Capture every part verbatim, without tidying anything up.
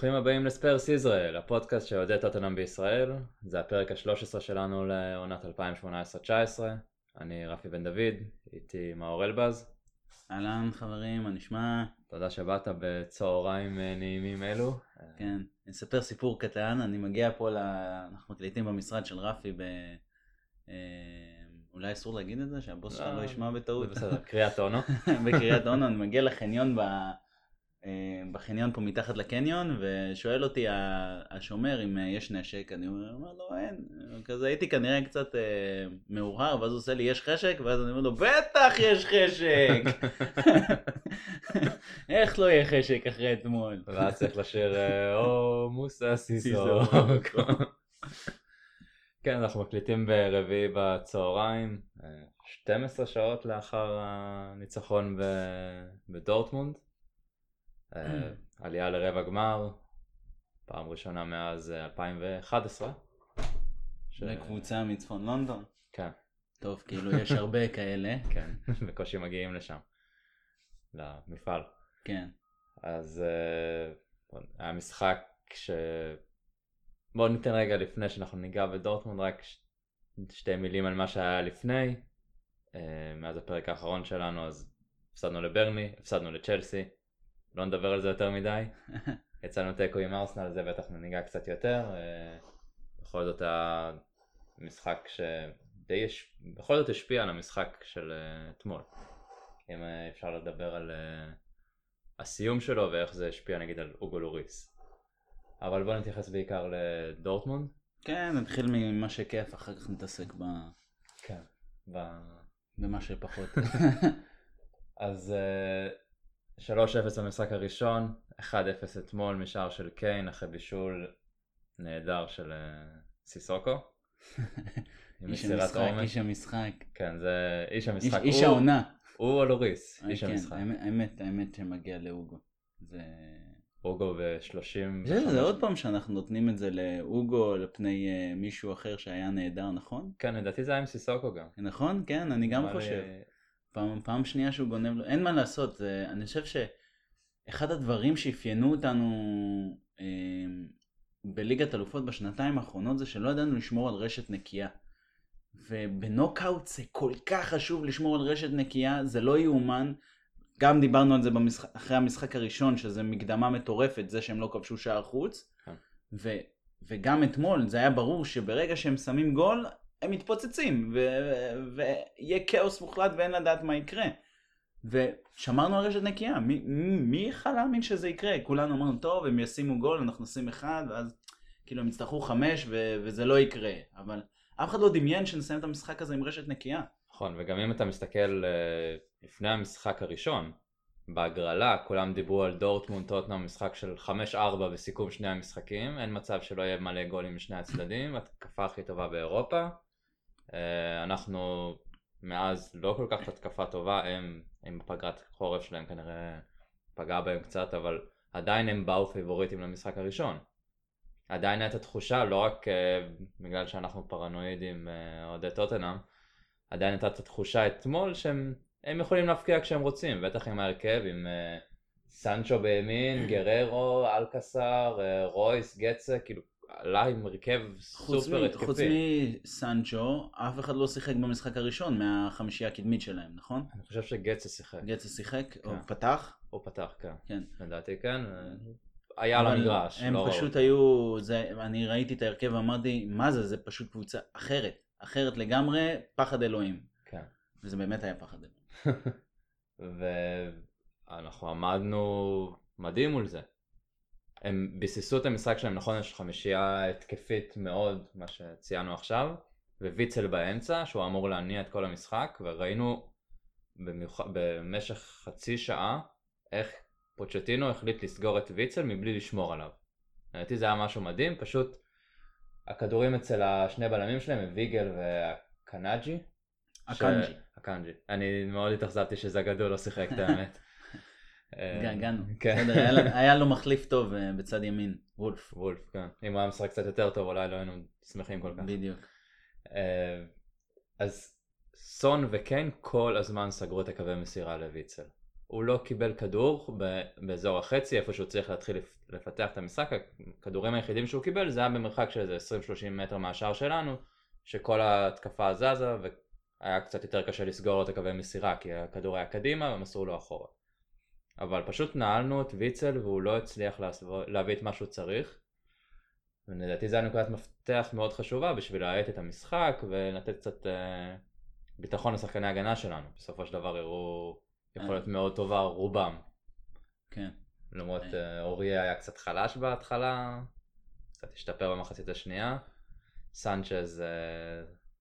ברוכים הבאים לספרס ישראל, הפודקאסט שאוהדי טוטנהאם בישראל. זה הפרק ה-שלוש עשרה שלנו לעונת אלפיים שמונה עשרה תשע עשרה. אני רפי בן דוד, איתי מאור אלבז. אהלן חברים, מה נשמע? תודה שבאת בצהריים נעימים אלו. כן, אני אספר סיפור קטן. אני מגיע פה, ל... אנחנו מקליטים במשרד של רפי ב... אולי אסור להגיד את זה, שהבוס שלך לא ישמע בטעות. בסדר, קריאת אונו. בקריית אונו, אני מגיע לחניון ב... בחניון פה מתחת לקניון, ושואל אותי השומר אם יש נשק. אני אומר לו אין, כזה הייתי כנראה קצת מאוחר, ואז הוא עושה לי יש חשק, ואז אני אומר לו בטח יש חשק. איך לא יהיה חשק אחרי אתמול? ואז צריך לשיר או מוסה סיסוק. כן, אנחנו מקליטים ברביעי בצהריים, שתים עשרה שעות לאחר הניצחון בדורטמונד. עלייה לרבע גמר, פעם ראשונה מאז אלפיים ואחת עשרה. לקבוצה מצפון לונדון. כן. טוב, כאילו יש הרבה כאלה. כן, בקושי מגיעים לשם, למפעל. כן. אז היה משחק ש... בואו ניתן רגע לפני שאנחנו ניגע בדורטמונד, רק שתי מילים על מה שהיה לפני. מאז הפרק האחרון שלנו, אז הפסדנו לברני, הפסדנו לצ'לסי. לא נדבר על זה יותר מדי. יצאנו תיקו עם ארסנל, זה בטח ניגע קצת יותר. בכל זאת המשחק שדי יש... בכל זאת השפיע על המשחק של אתמול. אם אפשר לדבר על הסיום שלו ואיך זה השפיע נגיד על אוגו לוריס. אבל בוא נתייחס בעיקר לדורטמונד. כן, נתחיל ממה שכיף, אחר כך נתעסק ב... כן, ב... במה שפחות. אז... שלוש אפס במשחק הראשון, אחד אפס אתמול משער של קיין אחרי בישול נהדר של סיסוקו. איש המשחק, איש המשחק. כן, זה איש המשחק. איש העונה. הוא או לוריס, איש המשחק. האמת, האמת שמגיע לאוגו. זה... אוגו ב-שלושים. זה עוד פעם שאנחנו נותנים את זה לאוגו לפני מישהו אחר שהיה נהדר, נכון? כן, לדעתי זה היה עם סיסוקו גם. נכון, כן, אני גם חושב. פעם, פעם שנייה שהוא גונב לו, אין מה לעשות, זה, אני חושב שאחד הדברים שאפיינו אותנו אה, בליגת אלופות בשנתיים האחרונות זה שלא ידענו לשמור על רשת נקייה. ובנוקאוט זה כל כך חשוב לשמור על רשת נקייה, זה לא יאומן. גם דיברנו על זה במשחק, אחרי המשחק הראשון, שזה מקדמה מטורפת, זה שהם לא כבשו שער חוץ. ו, וגם אתמול זה היה ברור שברגע שהם שמים גול, הם מתפוצצים, ויהיה כאוס מוחלט ואין לדעת מה יקרה. ושמרנו על רשת נקייה. מי, מי יכל להאמין שזה יקרה? כולנו אמרנו, טוב, הם ישימו גול, אנחנו נשים אחד, ואז כאילו הם יצטרכו חמש, ו- וזה לא יקרה. אבל אף אחד לא דמיין שנסיים את המשחק הזה עם רשת נקייה. נכון, וגם אם אתה מסתכל לפני המשחק הראשון, בהגרלה, כולם דיברו על דורטמונד טוטנהאם, משחק של חמש ארבע בסיכום שני המשחקים. אין מצב שלא יהיה מלא גולים משני הצדדים, התקפה הכי טובה באירופה. אנחנו מאז לא כל כך התקפה טובה, הם עם פגרת חורף שלהם כנראה פגע בהם קצת, אבל עדיין הם באו פייבוריטים למשחק הראשון. עדיין הייתה תחושה, לא רק בגלל שאנחנו פרנואידים אוהדי טוטנהאם, עדיין הייתה תחושה אתמול שהם הם יכולים להפקיע כשהם רוצים, בטח עם ההרכב, עם סנצ'ו בימין, גררו, אלקסר, רויס, גצה, כאילו עלה עם הרכב סופר התקפי. חוץ מסנצ'ו, אף אחד לא שיחק במשחק הראשון מהחמישייה הקדמית שלהם, נכון? אני חושב שגצה שיחק. גצה שיחק? או פתח? הוא פתח, כן. כן. לדעתי, כן. היה על המגרש. הם פשוט היו, אני ראיתי את ההרכב ואמרתי, מה זה? זה פשוט קבוצה אחרת. אחרת לגמרי, פחד אלוהים. כן. וזה באמת היה פחד אלוהים. ואנחנו עמדנו מדהים מול זה. הם ביססו את המשחק שלהם, נכון, יש חמישייה התקפית מאוד, מה שציינו עכשיו, וויצל באמצע, שהוא אמור להניע את כל המשחק, וראינו במיוח... במשך חצי שעה, איך פוצ'טינו החליט לסגור את ויצל מבלי לשמור עליו. לדעתי זה היה משהו מדהים, פשוט הכדורים אצל השני בלמים שלהם, ויגל והקנאג'י. הקנג'י. ש... הקנג'י. אני מאוד התאכזבתי שזה גדול לא שיחק את האמת. הגענו, בסדר, היה לו מחליף טוב בצד ימין, וולף. וולף, כן. אם הוא היה משחק קצת יותר טוב, אולי לא היינו שמחים כל כך. בדיוק. אז סון וקיין כל הזמן סגרו את הקווי מסירה לויצל. הוא לא קיבל כדור באזור החצי, איפה שהוא צריך להתחיל לפתח את המשחק. הכדורים היחידים שהוא קיבל זה היה במרחק של איזה עשרים שלושים מטר מהשאר שלנו, שכל ההתקפה זזה והיה קצת יותר קשה לסגור לו את הקווי מסירה, כי הכדור היה קדימה ומסרו לו אחורה. אבל פשוט נעלנו את ויצל והוא לא הצליח להביא את מה שהוא צריך. ולדעתי זה היה נקודת מפתח מאוד חשובה בשביל להאט את המשחק ולתת קצת אה, ביטחון לשחקני ההגנה שלנו. בסופו של דבר הראו יכולת מאוד טובה רובם. כן. למרות אה, אוריה היה קצת חלש בהתחלה, קצת השתפר במחצית השנייה. סנצ'ז אה,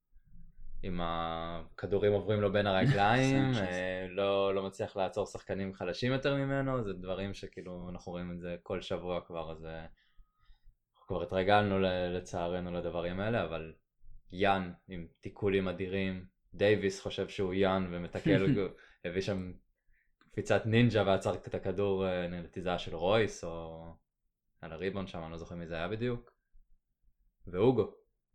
עם הכדורים עוברים לו בין הרגליים, אה, לא, לא מצליח לעצור שחקנים חלשים יותר ממנו, זה דברים שכאילו אנחנו רואים את זה כל שבוע כבר, אז אנחנו כבר התרגלנו לצערנו לדברים האלה, אבל יאן עם תיקולים אדירים, דייביס חושב שהוא יאן ומתקל, הביא שם קפיצת נינג'ה ועצר את הכדור לטיזה של רויס או על הריבון שם, אני לא זוכר מי זה היה בדיוק, ואוגו,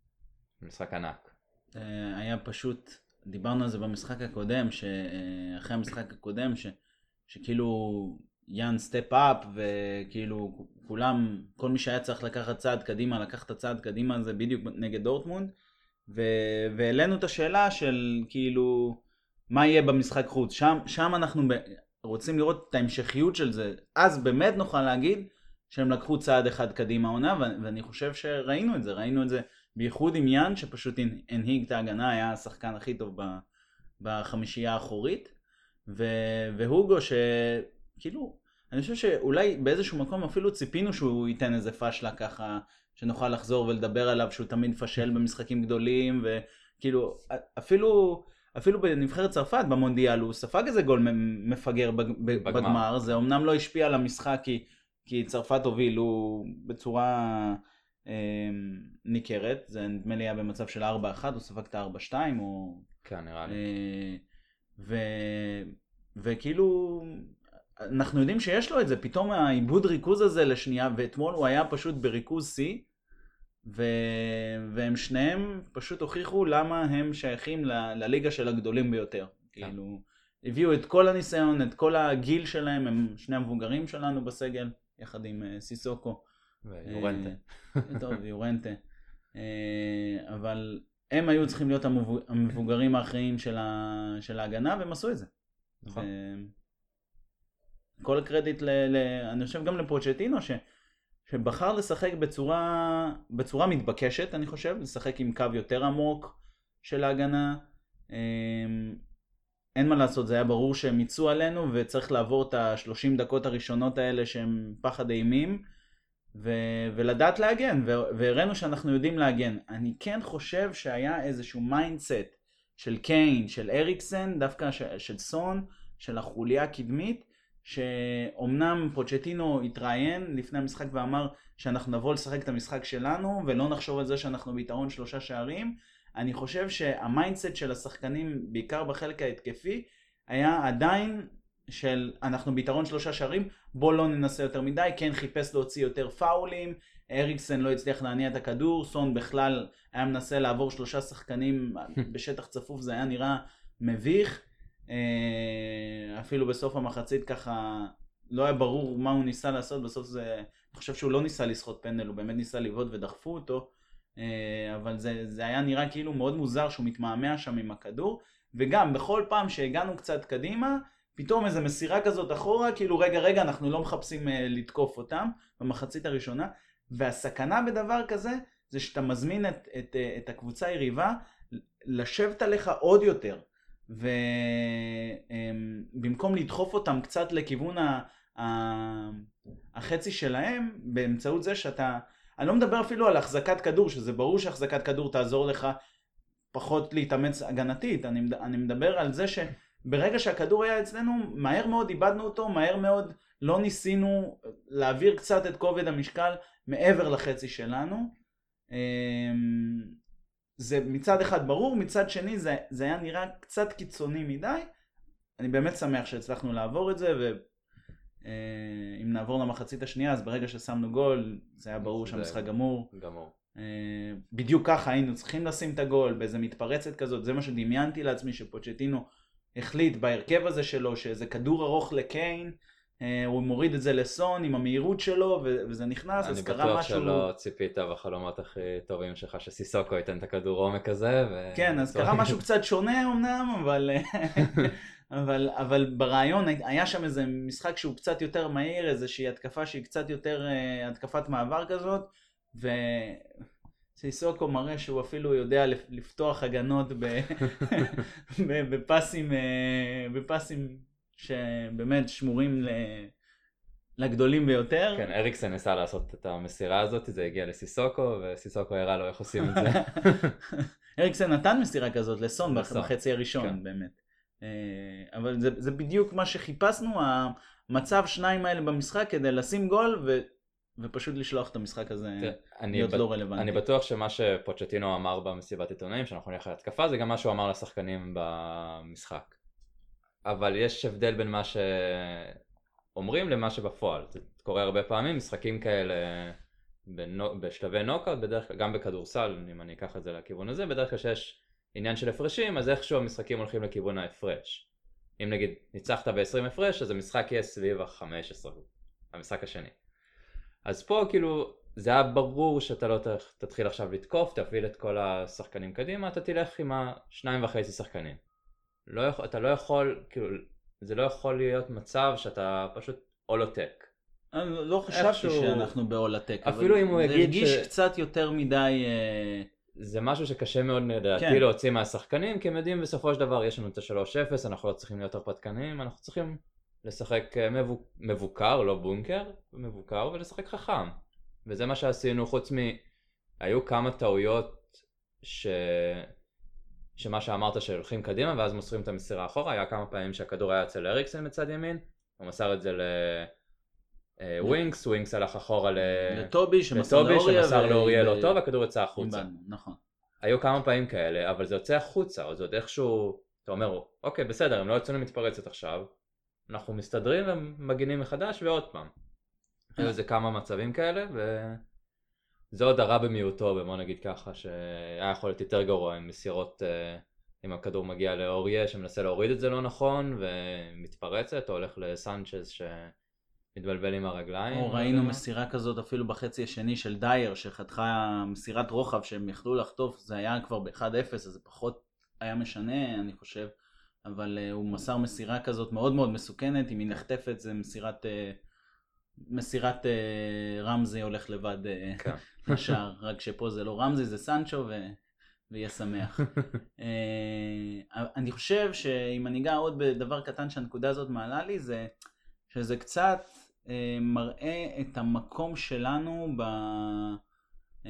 משחק ענק. היה פשוט, דיברנו על זה במשחק הקודם, שאחרי המשחק הקודם, ש, שכאילו יאן סטפ אפ, וכאילו כולם, כל מי שהיה צריך לקחת צעד קדימה, לקח את הצעד קדימה, זה בדיוק נגד דורטמונד, ו, והעלינו את השאלה של כאילו, מה יהיה במשחק חוץ, שם, שם אנחנו ב, רוצים לראות את ההמשכיות של זה, אז באמת נוכל להגיד שהם לקחו צעד אחד קדימה עונה, ואני חושב שראינו את זה, ראינו את זה, בייחוד עם יאן שפשוט הנהיג את ההגנה, היה השחקן הכי טוב בחמישייה האחורית, והוגו שכאילו, אני חושב שאולי באיזשהו מקום אפילו ציפינו שהוא ייתן איזה פשלה ככה, שנוכל לחזור ולדבר עליו שהוא תמיד פשל במשחקים גדולים, וכאילו אפילו, אפילו בנבחרת צרפת במונדיאל הוא ספג איזה גול מפגר בגמר, זה אמנם לא השפיע על המשחק כי, כי צרפת הובילו בצורה ניכרת, זה נדמה לי היה במצב של ארבע אחת, הוא ספג את ארבע שתיים, או... כן, נראה לי. ו... וכאילו, אנחנו יודעים שיש לו את זה, פתאום העיבוד ריכוז הזה לשנייה, ואתמול הוא היה פשוט בריכוז C, ו... והם שניהם פשוט הוכיחו למה הם שייכים ל... לליגה של הגדולים ביותר. כן. כאילו, הביאו את כל הניסיון, את כל הגיל שלהם, הם שני המבוגרים שלנו בסגל, יחד עם סיסוקו. ויורנטה. טוב, יורנטה. אבל הם היו צריכים להיות המבוגרים האחראים של ההגנה, והם עשו את זה. נכון. כל הקרדיט, אני חושב גם לפוצ'טינו, שבחר לשחק בצורה מתבקשת, אני חושב, לשחק עם קו יותר עמוק של ההגנה. אין מה לעשות, זה היה ברור שהם יצאו עלינו, וצריך לעבור את ה-שלושים דקות הראשונות האלה שהם פחד אימים, ו- ולדעת להגן, ו- והראינו שאנחנו יודעים להגן. אני כן חושב שהיה איזשהו מיינדסט של קיין, של אריקסן, דווקא ש- של סון, של החוליה הקדמית, שאומנם פוצ'טינו התראיין לפני המשחק ואמר שאנחנו נבוא לשחק את המשחק שלנו, ולא נחשוב על זה שאנחנו ביתרון שלושה שערים. אני חושב שהמיינדסט של השחקנים, בעיקר בחלק ההתקפי, היה עדיין של אנחנו ביתרון שלושה שערים, בוא לא ננסה יותר מדי, כן חיפש להוציא יותר פאולים, אריקסן לא הצליח להניע את הכדור, סון בכלל היה מנסה לעבור שלושה שחקנים בשטח צפוף, זה היה נראה מביך, אפילו בסוף המחצית ככה לא היה ברור מה הוא ניסה לעשות, בסוף זה, אני חושב שהוא לא ניסה לשחוט פנדל, הוא באמת ניסה לבעוט ודחפו אותו, אבל זה, זה היה נראה כאילו מאוד מוזר שהוא מתמהמה שם עם הכדור, וגם בכל פעם שהגענו קצת קדימה, פתאום איזו מסירה כזאת אחורה, כאילו רגע רגע אנחנו לא מחפשים uh, לתקוף אותם במחצית הראשונה, והסכנה בדבר כזה זה שאתה מזמין את, את, את הקבוצה היריבה לשבת עליך עוד יותר, ובמקום לדחוף אותם קצת לכיוון ה, ה, החצי שלהם, באמצעות זה שאתה, אני לא מדבר אפילו על החזקת כדור, שזה ברור שהחזקת כדור תעזור לך פחות להתאמץ הגנתית, אני, אני מדבר על זה ש... ברגע שהכדור היה אצלנו, מהר מאוד איבדנו אותו, מהר מאוד לא ניסינו להעביר קצת את כובד המשקל מעבר לחצי שלנו. זה מצד אחד ברור, מצד שני זה, זה היה נראה קצת קיצוני מדי. אני באמת שמח שהצלחנו לעבור את זה, ואם נעבור למחצית השנייה, אז ברגע ששמנו גול, זה היה ברור שהמשחק גמור. גמור. בדיוק ככה היינו צריכים לשים את הגול, באיזה מתפרצת כזאת, זה מה שדמיינתי לעצמי שפוצ'טינו החליט בהרכב הזה שלו שזה כדור ארוך לקיין, הוא מוריד את זה לסון עם המהירות שלו וזה נכנס, אז קרה משהו... אני בטוח שלא ציפית בחלומות הכי טובים שלך שסיסוקו ייתן את הכדור עומק הזה. ו... כן, אז קרה משהו קצת שונה אמנם, אבל... אבל, אבל ברעיון היה שם איזה משחק שהוא קצת יותר מהיר, איזושהי התקפה שהיא קצת יותר התקפת מעבר כזאת, וסיסוקו מראה שהוא אפילו יודע לפתוח הגנות בפסים, בפסים שבאמת שמורים לגדולים ביותר. כן, אריקסן ניסה לעשות את המסירה הזאת, זה הגיע לסיסוקו, וסיסוקו הראה לו איך עושים את זה. אריקסן נתן מסירה כזאת לסון בחצי הראשון, באמת. אבל זה, זה בדיוק מה שחיפשנו, המצב שניים האלה במשחק כדי לשים גול ו, ופשוט לשלוח את המשחק הזה להיות לא רלוונטי. אני בטוח שמה שפוצ'טינו אמר במסיבת עיתונאים, שאנחנו נלך להתקפה, זה גם מה שהוא אמר לשחקנים במשחק. אבל יש הבדל בין מה שאומרים למה שבפועל. זה קורה הרבה פעמים, משחקים כאלה בשלבי נוקאוט, בדרך כלל, גם בכדורסל, אם אני אקח את זה לכיוון הזה, בדרך כלל שיש עניין של הפרשים, אז איכשהו המשחקים הולכים לכיוון ההפרש. אם נגיד ניצחת ב-עשרים הפרש, אז המשחק יהיה סביב ה-חמש עשרה, המשחק השני. אז פה כאילו, זה היה ברור שאתה לא תתחיל עכשיו לתקוף, תפעיל את כל השחקנים קדימה, אתה תלך עם השניים וחצי שחקנים. לא, אתה לא יכול, כאילו, זה לא יכול להיות מצב שאתה פשוט אולוטק. אני לא חשבתי שאנחנו באולוטק, אפילו אם הוא יגיד ש... זה הרגיש קצת יותר מדי... זה משהו שקשה מאוד לדעתי להוציא מהשחקנים, כי הם יודעים בסופו של דבר יש לנו את ה-שלוש אפס, אנחנו לא צריכים להיות הרפתקנים, אנחנו צריכים לשחק מבוקר, לא בונקר, מבוקר ולשחק חכם. וזה מה שעשינו, חוץ מ... היו כמה טעויות ש... שמה שאמרת שהולכים קדימה ואז מוסרים את המסירה אחורה, היה כמה פעמים שהכדור היה אצל אריקסן מצד ימין, הוא מסר את זה לווינקס, ווינקס הלך אחורה לטובי שמסר לאוריאל לא טוב, הכדור יצא החוצה. נכון. היו כמה פעמים כאלה, אבל זה יוצא החוצה, או זה עוד איכשהו, אתה אומר, אוקיי בסדר, הם לא יוצאנו מתפרצת עכשיו, אנחנו מסתדרים ומגינים מחדש ועוד פעם. היו זה כמה מצבים כאלה, וזה עוד הרע במיעוטו, בוא נגיד ככה, שהיה יכול להיות יותר גרוע עם מסירות, אם הכדור מגיע לאוריה שמנסה להוריד את זה לא נכון, ומתפרצת, או הולך לסנצ'ז שמתבלבל עם הרגליים. או ראינו מסירה כזאת אפילו בחצי השני של דייר, שחתכה מסירת רוחב שהם יכלו לחטוף, זה היה כבר ב-אחד אפס, אז זה פחות היה משנה, אני חושב. אבל uh, הוא מסר מסירה כזאת מאוד מאוד מסוכנת, אם היא נחטפת זה מסירת, uh, מסירת uh, רמזי הולך לבד uh, כן. לשער, רק שפה זה לא רמזי, זה סנצ'ו ו... ויהיה שמח. uh, אני חושב שאם אני אגע עוד בדבר קטן שהנקודה הזאת מעלה לי, זה שזה קצת uh, מראה את המקום שלנו ב... uh,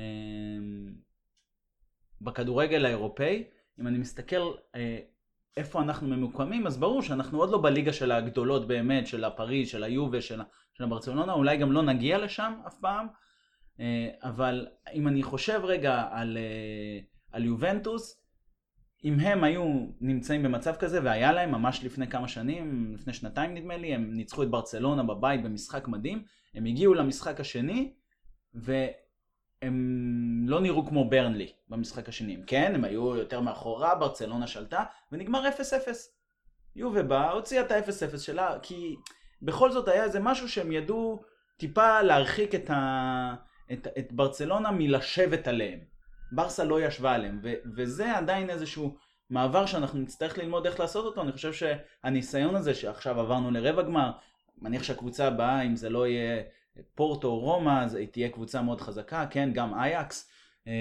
בכדורגל האירופאי. אם אני מסתכל... Uh, איפה אנחנו ממוקמים, אז ברור שאנחנו עוד לא בליגה של הגדולות באמת, של הפריז, של היובה, של, של הברצלונה, אולי גם לא נגיע לשם אף פעם, אבל אם אני חושב רגע על, על יובנטוס, אם הם היו נמצאים במצב כזה, והיה להם ממש לפני כמה שנים, לפני שנתיים נדמה לי, הם ניצחו את ברצלונה בבית במשחק מדהים, הם הגיעו למשחק השני, ו... הם לא נראו כמו ברנלי במשחק השני. כן, הם היו יותר מאחורה, ברצלונה שלטה, ונגמר אפס אפס. יובה בא, הוציאה את ה-אפס אפס שלה, כי בכל זאת היה איזה משהו שהם ידעו טיפה להרחיק את, ה... את, את ברצלונה מלשבת עליהם. ברסה לא ישבה עליהם, ו... וזה עדיין איזשהו מעבר שאנחנו נצטרך ללמוד איך לעשות אותו. אני חושב שהניסיון הזה שעכשיו עברנו לרבע גמר, מניח שהקבוצה הבאה, אם זה לא יהיה... פורטו או רומא, אז היא תהיה קבוצה מאוד חזקה, כן, גם אייקס,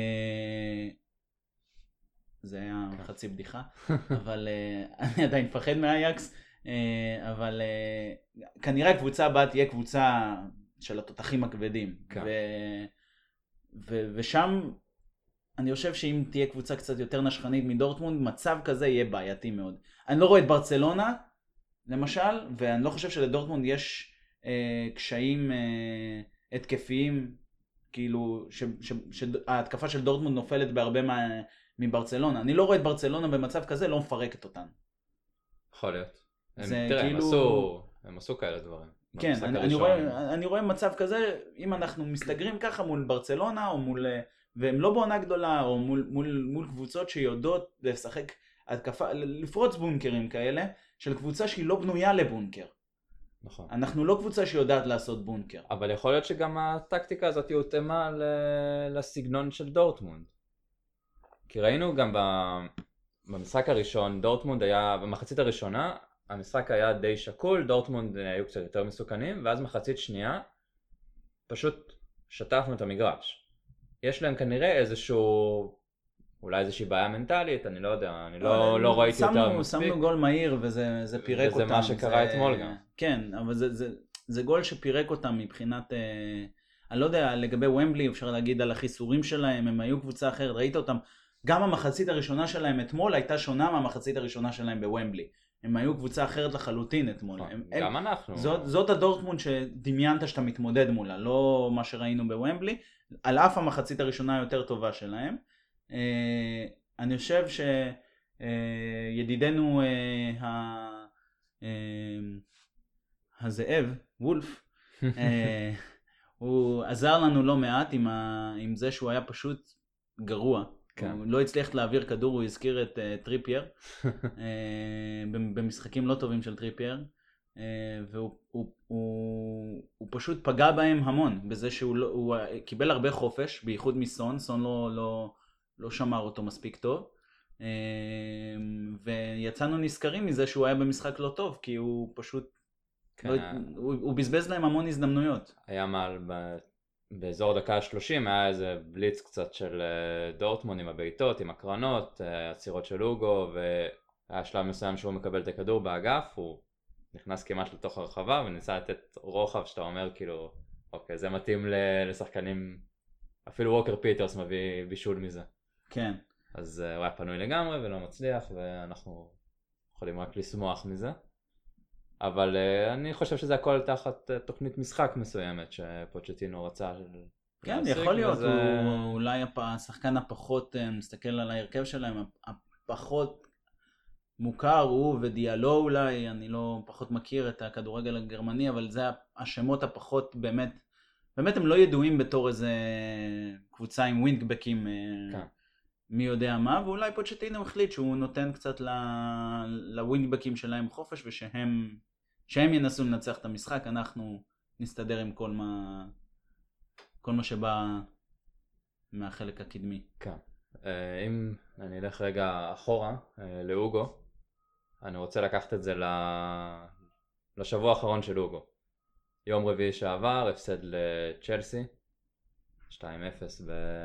זה היה חצי בדיחה, אבל אני עדיין מפחד מאייקס, אבל כנראה הקבוצה הבאה תהיה קבוצה של התותחים הכבדים, ושם אני חושב שאם תהיה קבוצה קצת יותר נשכנית מדורטמונד, מצב כזה יהיה בעייתי מאוד. אני לא רואה את ברצלונה, למשל, ואני לא חושב שלדורטמונד יש קשיים התקפיים, כאילו שההתקפה של דורטמונד נופלת בהרבה מברצלונה. אני לא רואה את ברצלונה במצב כזה, לא מפרקת אותן. יכול להיות. תראה, הם עשו הם עשו כאלה דברים. כן, אני רואה אני רואה מצב כזה, אם אנחנו מסתגרים ככה מול ברצלונה, או מול, והם לא בעונה גדולה, או מול מול קבוצות שיודעות לשחק התקפה, לפרוץ בונקרים כאלה, של קבוצה שהיא לא בנויה לבונקר. נכון. אנחנו לא קבוצה שיודעת לעשות בונקר. אבל יכול להיות שגם הטקטיקה הזאת היא הותאמה לסגנון של דורטמונד. כי ראינו גם במשחק הראשון, דורטמונד היה, במחצית הראשונה, המשחק היה די שקול, דורטמונד היו קצת יותר מסוכנים, ואז מחצית שנייה, פשוט שטפנו את המגרש. יש להם כנראה איזשהו, אולי איזושהי בעיה מנטלית, אני לא יודע, אני לא, לא ראיתי יותר מספיק. שמנו גול מהיר וזה זה פירק וזה אותם. וזה מה שקרה זה, אתמול גם. כן, אבל זה, זה, זה גול שפירק אותם מבחינת, אני לא יודע, לגבי ומבלי, אפשר להגיד על החיסורים שלהם, הם היו קבוצה אחרת, ראית אותם, גם המחצית הראשונה שלהם אתמול הייתה שונה מהמחצית הראשונה שלהם בוומבלי. הם היו קבוצה אחרת לחלוטין אתמול. הם, גם הם, אנחנו. זאת, זאת הדורטמונד שדמיינת שאתה מתמודד מולה, לא מה שראינו בוומבלי, על אף המחצית הראשונה היותר טובה שלהם. אני חושב שידידנו הזאב, וולף, הוא עזר לנו לא מעט עם זה שהוא היה פשוט גרוע. הוא לא הצליח להעביר כדור, הוא הזכיר את טריפייר, במשחקים לא טובים של טריפייר, והוא פשוט פגע בהם המון, בזה שהוא קיבל הרבה חופש, בייחוד מסון, סון לא שמר אותו מספיק טוב, ויצאנו נזכרים מזה שהוא היה במשחק לא טוב, כי הוא פשוט, הוא בזבז להם המון הזדמנויות. היה מעל באזור דקה שלושים, היה איזה בליץ קצת של דורטמונד עם הביתות, עם הקרנות, הצירות של אוגו, והיה שלב מסוים שהוא מקבל את הכדור באגף, הוא נכנס כמעט לתוך הרחבה וניסה לתת רוחב שאתה אומר כאילו, אוקיי, זה מתאים לשחקנים, אפילו ווקר פיטרס מביא בישול מזה. כן. אז הוא היה פנוי לגמרי ולא מצליח, ואנחנו יכולים רק לשמוח מזה. אבל uh, אני חושב שזה הכל תחת uh, תוכנית משחק מסוימת שפוצ'טינו רצה כן, להשיג, יכול להיות, וזה... הוא אולי השחקן הפחות, מסתכל על ההרכב שלהם, הפחות מוכר, הוא ודיאלו אולי, אני לא פחות מכיר את הכדורגל הגרמני, אבל זה השמות הפחות באמת, באמת הם לא ידועים בתור איזה קבוצה עם ווינגבקים, כן. מי יודע מה, ואולי פוצ'טינו החליט שהוא נותן קצת לווינגבקים שלהם חופש, ושהם שהם ינסו לנצח את המשחק, אנחנו נסתדר עם כל מה, כל מה שבא מהחלק הקדמי. כן. אם אני אלך רגע אחורה לאוגו, אני רוצה לקחת את זה לשבוע האחרון של אוגו. יום רביעי שעבר, הפסד לצ'לסי, שתיים אפס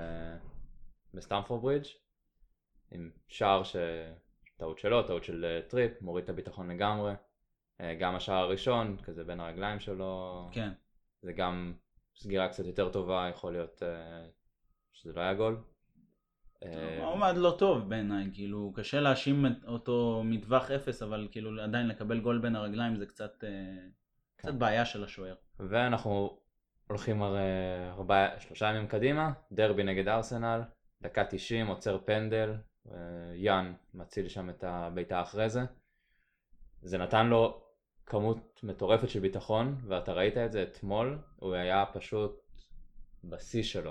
בסטמפורד ברידג', עם שער שטעות שלו, טעות של טריפ, מוריד את הביטחון לגמרי. גם השער הראשון, כזה בין הרגליים שלו, כן. זה גם סגירה קצת יותר טובה, יכול להיות שזה לא היה גול. הוא עומד לא טוב בעיניי, כאילו קשה להאשים אותו מטווח אפס, אבל כאילו עדיין לקבל גול בין הרגליים זה קצת, קצת בעיה של השוער. ואנחנו הולכים ארבעה, שלושה ימים קדימה, דרבי נגד ארסנל, דקה תשעים, עוצר פנדל, יאן מציל שם את הביתה אחרי זה. זה נתן לו כמות מטורפת של ביטחון, ואתה ראית את זה אתמול, הוא היה פשוט בשיא שלו.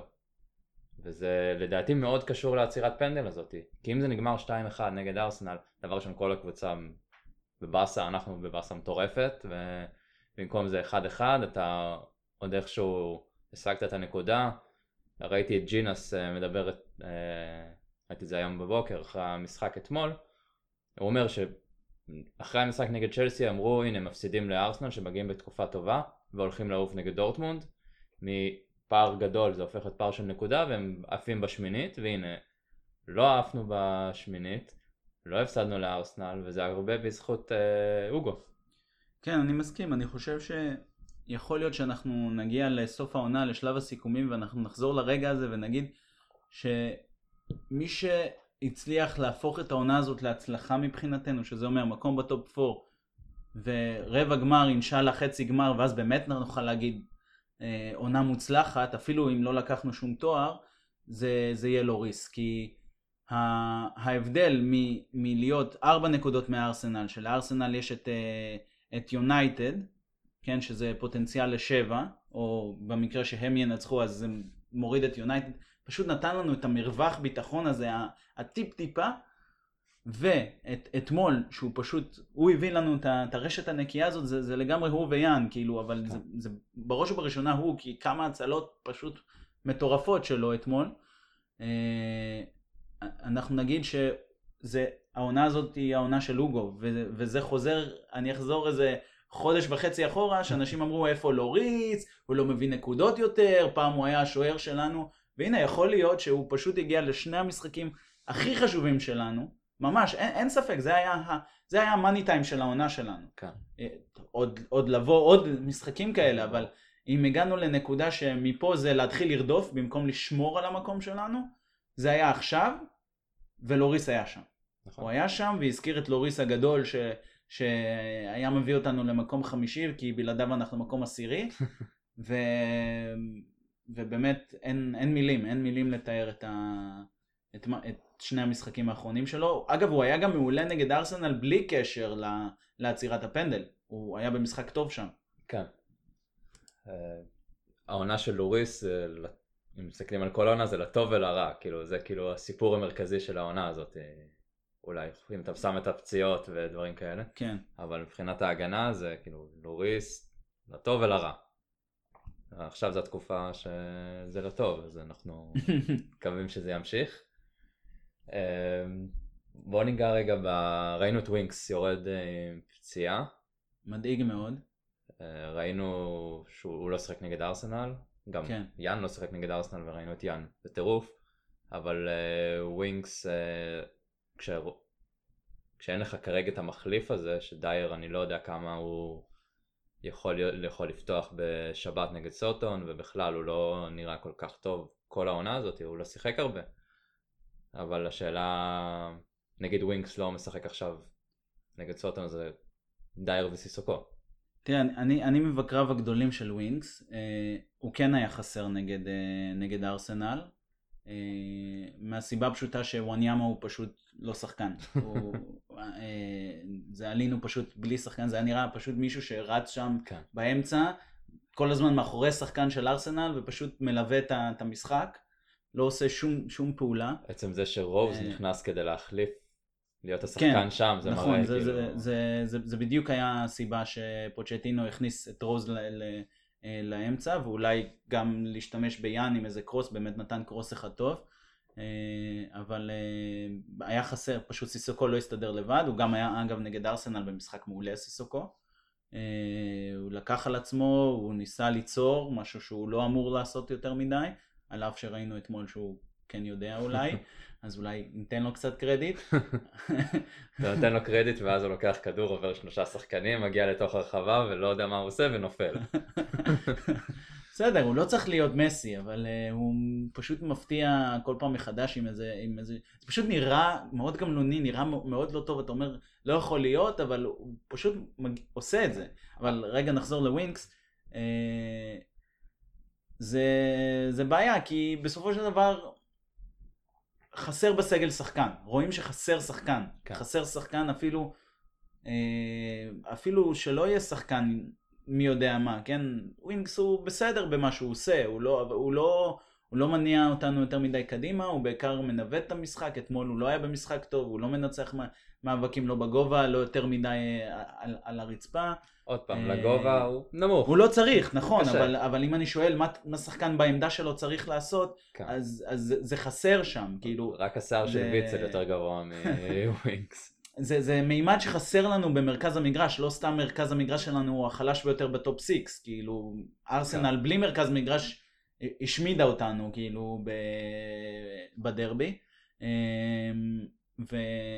וזה לדעתי מאוד קשור לעצירת פנדל הזאת, כי אם זה נגמר שתיים אחד נגד ארסנל, דבר ראשון כל הקבוצה בבאסה, אנחנו בבאסה מטורפת, ובמקום זה אחד אחד, אתה עוד איכשהו השגת את הנקודה. ראיתי את ג'ינס מדבר, ראיתי את זה היום בבוקר אחרי המשחק אתמול, הוא אומר ש... אחרי המשחק נגד צ'לסי אמרו הנה מפסידים לארסנל שמגיעים בתקופה טובה והולכים לעוף נגד דורטמונד, מפער גדול זה הופך להיות פער של נקודה והם עפים בשמינית, והנה לא עפנו בשמינית, לא הפסדנו לארסנל, וזה הרבה בזכות אה, אוגו. כן, אני מסכים, אני חושב שיכול להיות שאנחנו נגיע לסוף העונה, לשלב הסיכומים, ואנחנו נחזור לרגע הזה ונגיד שמי ש... הצליח להפוך את העונה הזאת להצלחה מבחינתנו, שזה אומר מקום בטופ ארבע ורבע גמר, אינשאללה חצי גמר, ואז באמת נוכל להגיד אה, עונה מוצלחת, אפילו אם לא לקחנו שום תואר, זה, זה יהיה לא ריסק, כי ההבדל מ, מלהיות ארבע נקודות מהארסנל, שלארסנל יש את, אה, את יונייטד, כן, שזה פוטנציאל לשבע, או במקרה שהם ינצחו אז זה מוריד את יונייטד, פשוט נתן לנו את המרווח ביטחון הזה, הטיפ טיפה, ואתמול, שהוא פשוט, הוא הביא לנו את הרשת הנקייה הזאת, זה, זה לגמרי הוא ויאן, כאילו, אבל זה, זה בראש ובראשונה הוא, כי כמה הצלות פשוט מטורפות שלו אתמול. אנחנו נגיד שזה, העונה הזאת היא העונה של לוגו, וזה חוזר, אני אחזור איזה חודש וחצי אחורה, שאנשים אמרו איפה לוריס, הוא לא מביא נקודות יותר, פעם הוא היה השוער שלנו, והנה יכול להיות שהוא פשוט הגיע לשני המשחקים הכי חשובים שלנו, ממש, אין, אין ספק, זה היה, זה היה המאני טיים של העונה שלנו. כן. עוד, עוד לבוא עוד משחקים כאלה, אבל אם הגענו לנקודה שמפה זה להתחיל לרדוף, במקום לשמור על המקום שלנו, זה היה עכשיו, ולוריס היה שם. נכון. הוא היה שם והזכיר את לוריס הגדול ש... שהיה מביא אותנו למקום חמישי, כי בלעדיו אנחנו מקום עשירי, ו... ובאמת אין, אין מילים, אין מילים לתאר את, ה... את... את שני המשחקים האחרונים שלו. אגב, הוא היה גם מעולה נגד ארסנל בלי קשר לה... לעצירת הפנדל. הוא היה במשחק טוב שם. כן. העונה של לוריס, אם מסתכלים על כל העונה, זה לטוב ולרע. כאילו, זה כאילו הסיפור המרכזי של העונה הזאת. אולי, אם אתה שם את הפציעות ודברים כאלה. כן. אבל מבחינת ההגנה זה כאילו לוריס לטוב ולרע. עכשיו זו התקופה שזה לטוב, אז אנחנו מקווים שזה ימשיך. בוא ניגע רגע, ב... ראינו את ווינקס יורד פציעה. מדאיג מאוד. ראינו שהוא לא שחק נגד ארסנל, גם כן. יאן לא שחק נגד ארסנל וראינו את יאן בטירוף, אבל ווינקס... כש... כשאין לך כרגע את המחליף הזה, שדייר אני לא יודע כמה הוא יכול, יכול לפתוח בשבת נגד סוטון, ובכלל הוא לא נראה כל כך טוב כל העונה הזאת, הוא לא שיחק הרבה. אבל השאלה, נגיד ווינקס לא משחק עכשיו נגד סוטון, זה דייר וסיסוקו. תראה, אני, אני מבקריו הגדולים של ווינקס, אה, הוא כן היה חסר נגד, אה, נגד ארסנל, Uh, מהסיבה פשוטה שוואניאמה הוא פשוט לא שחקן. הוא, uh, זה עלינו פשוט בלי שחקן, זה היה נראה פשוט מישהו שרץ שם כן. באמצע, כל הזמן מאחורי שחקן של ארסנל ופשוט מלווה את המשחק, לא עושה שום, שום פעולה. בעצם זה שרוז uh, נכנס כדי להחליף, להיות השחקן כן, שם, זה נכון, מראה זה, כאילו... זה, זה, זה, זה בדיוק היה הסיבה שפוצ'טינו הכניס את רוז ל... ל לאמצע, ואולי גם להשתמש ביאן עם איזה קרוס, באמת נתן קרוס אחד טוב, אבל היה חסר, פשוט סיסוקו לא הסתדר לבד, הוא גם היה אגב נגד ארסנל במשחק מעולה סיסוקו, הוא לקח על עצמו, הוא ניסה ליצור, משהו שהוא לא אמור לעשות יותר מדי, על אף שראינו אתמול שהוא כן יודע אולי, אז אולי ניתן לו קצת קרדיט. אתה נותן לו קרדיט ואז הוא לוקח כדור, עובר שלושה שחקנים, מגיע לתוך הרחבה ולא יודע מה הוא עושה ונופל. בסדר, הוא לא צריך להיות מסי, אבל uh, הוא פשוט מפתיע כל פעם מחדש עם איזה, עם איזה... זה פשוט נראה מאוד גמלוני, נראה מאוד לא טוב, אתה אומר לא יכול להיות, אבל הוא פשוט מג... עושה את זה. אבל רגע נחזור לווינקס, uh, זה, זה בעיה, כי בסופו של דבר... חסר בסגל שחקן, רואים שחסר שחקן, כן. חסר שחקן אפילו, אפילו שלא יהיה שחקן מי יודע מה, כן, ווינקס הוא בסדר במה שהוא עושה, הוא לא, הוא לא, הוא לא מניע אותנו יותר מדי קדימה, הוא בעיקר מנווט את המשחק, אתמול הוא לא היה במשחק טוב, הוא לא מנצח מאבקים לא בגובה, לא יותר מדי על, על הרצפה. עוד פעם, לגובה הוא נמוך. הוא לא צריך, נכון, אבל, אבל אם אני שואל מה, מה שחקן בעמדה שלו צריך לעשות, כן. אז, אז זה חסר שם, כאילו. רק השיער של ויצל יותר גרוע מווינקס. זה, זה מימד שחסר לנו במרכז המגרש, לא סתם מרכז המגרש שלנו הוא החלש ביותר בטופ סיקס, כאילו, ארסנל בלי מרכז מגרש השמידה אותנו, כאילו, ב, בדרבי, ו...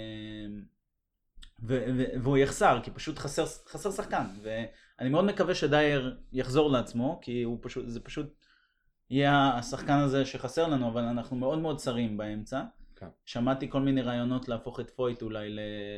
ו- ו- והוא יחסר, כי פשוט חסר, חסר שחקן, ואני מאוד מקווה שדייר יחזור לעצמו, כי הוא פשוט, זה פשוט יהיה השחקן הזה שחסר לנו, אבל אנחנו מאוד מאוד צרים באמצע. Okay. שמעתי כל מיני רעיונות להפוך את פויט אולי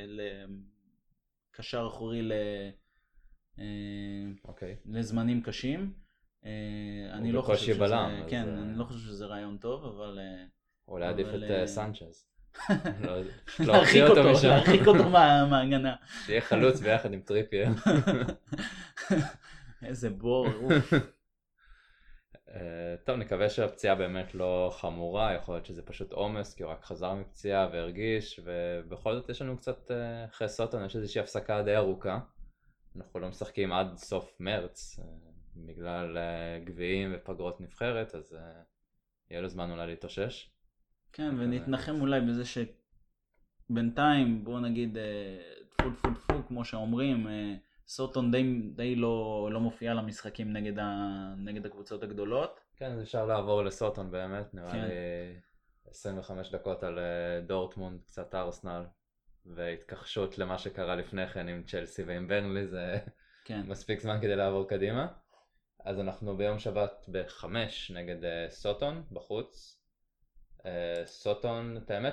לקשר אחורי ל... okay. לזמנים קשים. אני לא חושב שזה... בלם, כן, אז... אני לא חושב שזה רעיון טוב, אבל... אולי עדיף את סנצ'ז. להרחיק אותו, להרחיק אותו מההגנה. שיהיה חלוץ ביחד עם טריפייר. איזה בור. טוב, נקווה שהפציעה באמת לא חמורה, יכול להיות שזה פשוט עומס, כי הוא רק חזר מפציעה והרגיש, ובכל זאת יש לנו קצת, אחרי סוטון יש איזושהי הפסקה די ארוכה. אנחנו לא משחקים עד סוף מרץ, בגלל גביעים ופגרות נבחרת, אז יהיה לו זמן אולי להתאושש. כן, ונתנחם אולי בזה שבינתיים, בואו נגיד, טפו טפו טפו, כמו שאומרים, סוטון די, די לא, לא מופיע למשחקים נגד, ה, נגד הקבוצות הגדולות. כן, אז אפשר לעבור לסוטון באמת, נראה כן. לי עשרים וחמש דקות על דורטמונד, קצת ארסנל, והתכחשות למה שקרה לפני כן עם צ'לסי ועם ברנלי, זה כן. מספיק זמן כדי לעבור קדימה. אז אנחנו ביום שבת בחמש נגד uh, סוטון בחוץ. Uh, סוטון, את האמת,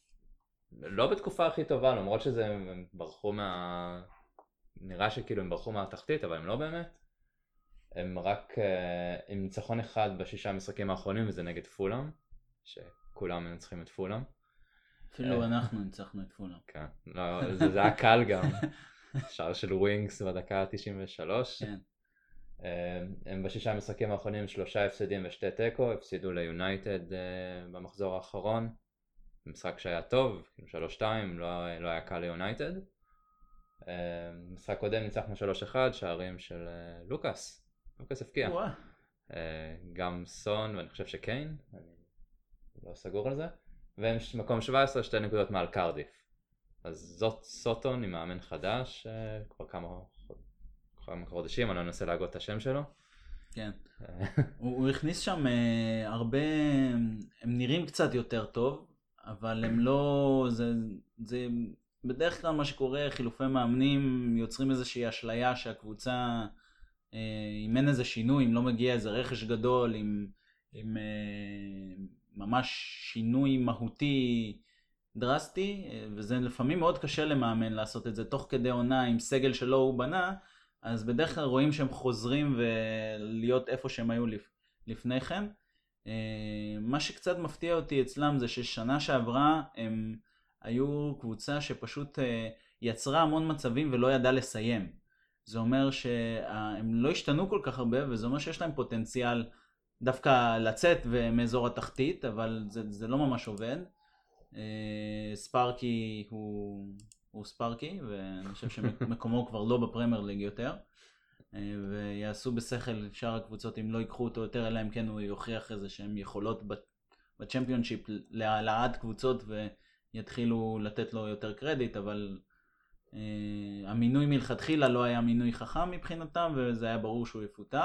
לא בתקופה הכי טובה, למרות שזה הם ברחו מה... נראה שכאילו הם ברחו מהתחתית, אבל הם לא באמת. הם רק uh, עם ניצחון אחד בשישה המשחקים האחרונים, וזה נגד פולאם, שכולם מנצחים את פולאם. אפילו אנחנו ניצחנו את פולאם. כן, לא, זה, זה היה קל גם. שער של ווינגס בדקה ה-תשעים ושלוש. כן. הם בשישה המשחקים האחרונים שלושה הפסדים ושתי תיקו, הפסידו ליונייטד במחזור האחרון, משחק שהיה טוב, שלוש שתיים, לא, לא היה קל ליונייטד. משחק קודם ניצחנו שלוש אחד, שערים של לוקאס, לוקאס הפקיע. גם סון ואני חושב שקיין, אני לא סגור על זה, והם מקום שבע עשרה, שתי נקודות מעל קרדיף. אז זאת סוטון עם מאמן חדש, כבר כמה כמה חודשים, אני לא אנסה להגות את השם שלו. כן. הוא, הוא הכניס שם uh, הרבה, הם נראים קצת יותר טוב, אבל הם לא, זה, זה בדרך כלל מה שקורה, חילופי מאמנים יוצרים איזושהי אשליה שהקבוצה, uh, אם אין איזה שינוי, אם לא מגיע איזה רכש גדול, עם, עם uh, ממש שינוי מהותי דרסטי, וזה לפעמים מאוד קשה למאמן לעשות את זה תוך כדי עונה עם סגל שלא הוא בנה, אז בדרך כלל רואים שהם חוזרים ולהיות איפה שהם היו לפני כן. מה שקצת מפתיע אותי אצלם זה ששנה שעברה הם היו קבוצה שפשוט יצרה המון מצבים ולא ידעה לסיים. זה אומר שהם לא השתנו כל כך הרבה, וזה אומר שיש להם פוטנציאל דווקא לצאת מאזור התחתית, אבל זה, זה לא ממש עובד. ספארקי הוא, הוא ספארקי, ואני חושב שמקומו כבר לא בפרמייר ליג יותר, ויעשו בשכל שאר הקבוצות אם לא ייקחו אותו יותר, אלא אם כן הוא יוכיח איזה שהם יכולות בצ'מפיונשיפ להעלאת קבוצות ויתחילו לתת לו יותר קרדיט, אבל המינוי מלכתחילה לא היה מינוי חכם מבחינתם, וזה היה ברור שהוא יפוטר.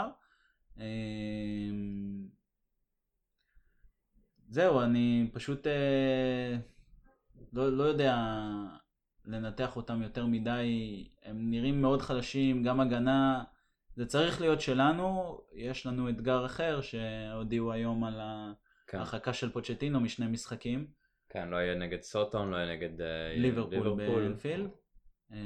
זהו, אני פשוט אה, לא, לא יודע לנתח אותם יותר מדי, הם נראים מאוד חלשים, גם הגנה, זה צריך להיות שלנו, יש לנו אתגר אחר שהודיעו היום על ההרחקה של פוצ'טינו משני משחקים. כן, לא יהיה נגד סוטון, לא יהיה נגד אה, ליברפול באנפילד. אה,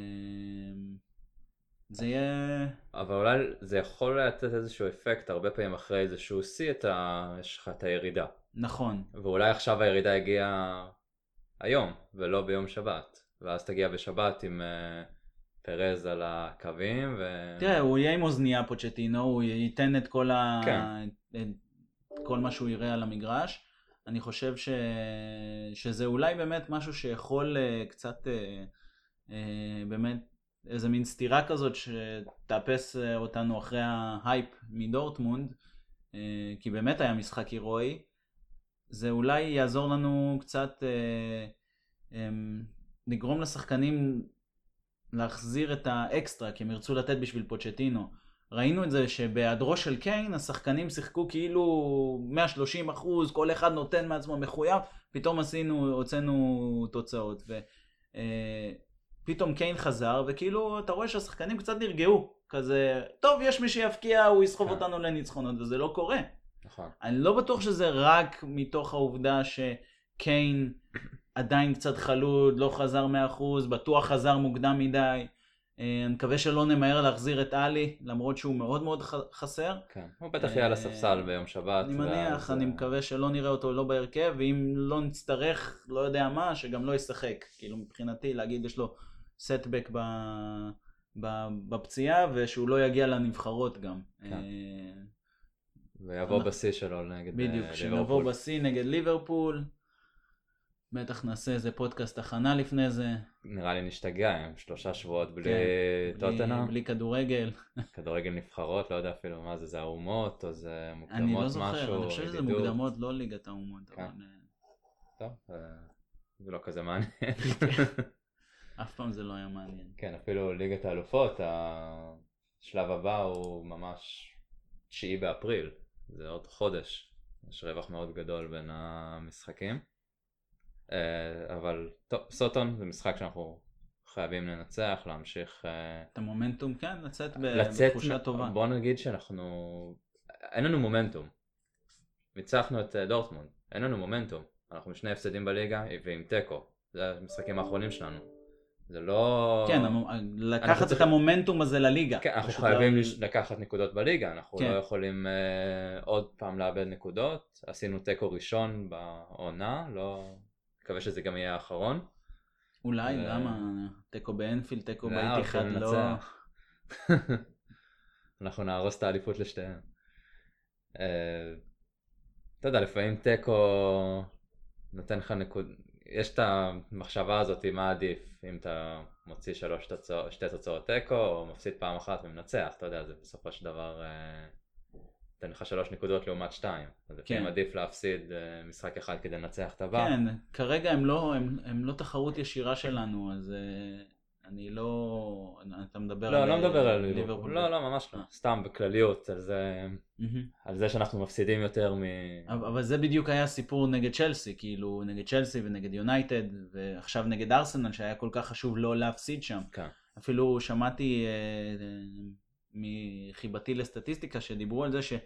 זה יהיה... אבל אולי זה יכול לתת איזשהו אפקט, הרבה פעמים אחרי איזשהו שיא, אתה... יש לך את הירידה. נכון. ואולי עכשיו הירידה הגיעה היום, ולא ביום שבת. ואז תגיע בשבת עם uh, פרז על הקווים. ו... תראה, הוא יהיה עם אוזניה פוצ'טינו, הוא ייתן את כל, ה... כן. את כל מה שהוא יראה על המגרש. אני חושב ש... שזה אולי באמת משהו שיכול uh, קצת uh, uh, באמת איזה מין סתירה כזאת שתאפס אותנו אחרי ההייפ מדורטמונד, uh, כי באמת היה משחק הירואי. זה אולי יעזור לנו קצת אה, אה, לגרום לשחקנים להחזיר את האקסטרה, כי הם ירצו לתת בשביל פוצ'טינו. ראינו את זה שבהיעדרו של קיין, השחקנים שיחקו כאילו מאה ושלושים אחוז, כל אחד נותן מעצמו מחויב, פתאום עשינו, הוצאנו תוצאות. ופתאום קיין חזר, וכאילו אתה רואה שהשחקנים קצת נרגעו. כזה, טוב, יש מי שיפקיע, הוא יסחוב אותנו לניצחונות, וזה לא קורה. נכון. אני לא בטוח שזה רק מתוך העובדה שקיין עדיין קצת חלוד, לא חזר מאה אחוז, בטוח חזר מוקדם מדי. אני מקווה שלא נמהר להחזיר את אלי, למרות שהוא מאוד מאוד חסר. כן, הוא בטח יהיה על הספסל ביום שבת. אני מניח, אני מקווה שלא נראה אותו לא בהרכב, ואם לא נצטרך, לא יודע מה, שגם לא ישחק. כאילו מבחינתי להגיד יש לו סטבק בפציעה, ושהוא לא יגיע לנבחרות גם. כן. ויבוא בשיא שלו נגד ליברפול. בדיוק, כשנבוא בשיא נגד ליברפול, בטח נעשה איזה פודקאסט הכנה לפני זה. נראה לי נשתגע עם שלושה שבועות בלי טוטנהאם. בלי כדורגל. כדורגל נבחרות, לא יודע אפילו מה זה, זה האומות או זה מוקדמות משהו. משהו. אני לא זוכר, אני חושב שזה מוקדמות, לא ליגת האומות. טוב, זה לא כזה מעניין. אף פעם זה לא היה מעניין. כן, אפילו ליגת האלופות, השלב הבא הוא ממש תשיעי באפריל, זה עוד חודש, יש רווח מאוד גדול בין המשחקים. אבל טוב, סוטון זה משחק שאנחנו חייבים לנצח, להמשיך... את המומנטום, כן, לצאת בתחושה טובה. בוא נגיד שאנחנו... אין לנו מומנטום. ניצחנו את דורטמונד, אין לנו מומנטום. אנחנו שני הפסדים בליגה ועם טקו, זה המשחקים האחרונים שלנו. זה לא... כן, לקחת את המומנטום הזה לליגה. כן, אנחנו חייבים לקחת נקודות בליגה, אנחנו לא יכולים עוד פעם לאבד נקודות. עשינו טקו ראשון בעונה, לא... מקווה שזה גם יהיה האחרון. אולי, למה? טקו באנפילד, טקו באיתיחאד, לא... אנחנו נהרוס את האליפות לשתיהן. אתה יודע, לפעמים טקו נותן לך נקוד... יש את המחשבה הזאת, מה עדיף, אם אתה מוציא שלוש תוצאות, שתי תוצאות טקו, או מפסיד פעם אחת ומנצח, אתה יודע, זה בסופו של דבר... תן לך שלוש נקודות לעומת שתיים. אז לפעמים עדיף להפסיד משחק אחד כדי לנצח את הבא. כן, כרגע הם לא, הם, הם לא תחרות ישירה שלנו, אז אני לא... אתה מדבר לא, על... לא מדבר על ליברפול. לא, לא, ממש לא. סתם בכלליות, על זה, על זה שאנחנו מפסידים יותר מ... אבל זה בדיוק היה סיפור נגד צ'לסי, כאילו נגד צ'לסי ונגד יונייטד, ועכשיו נגד ארסנל, שהיה כל כך חשוב לא להפסיד שם. כן. אפילו שמעתי... מחיבתי לסטטיסטיקה שדיברו על זה שאם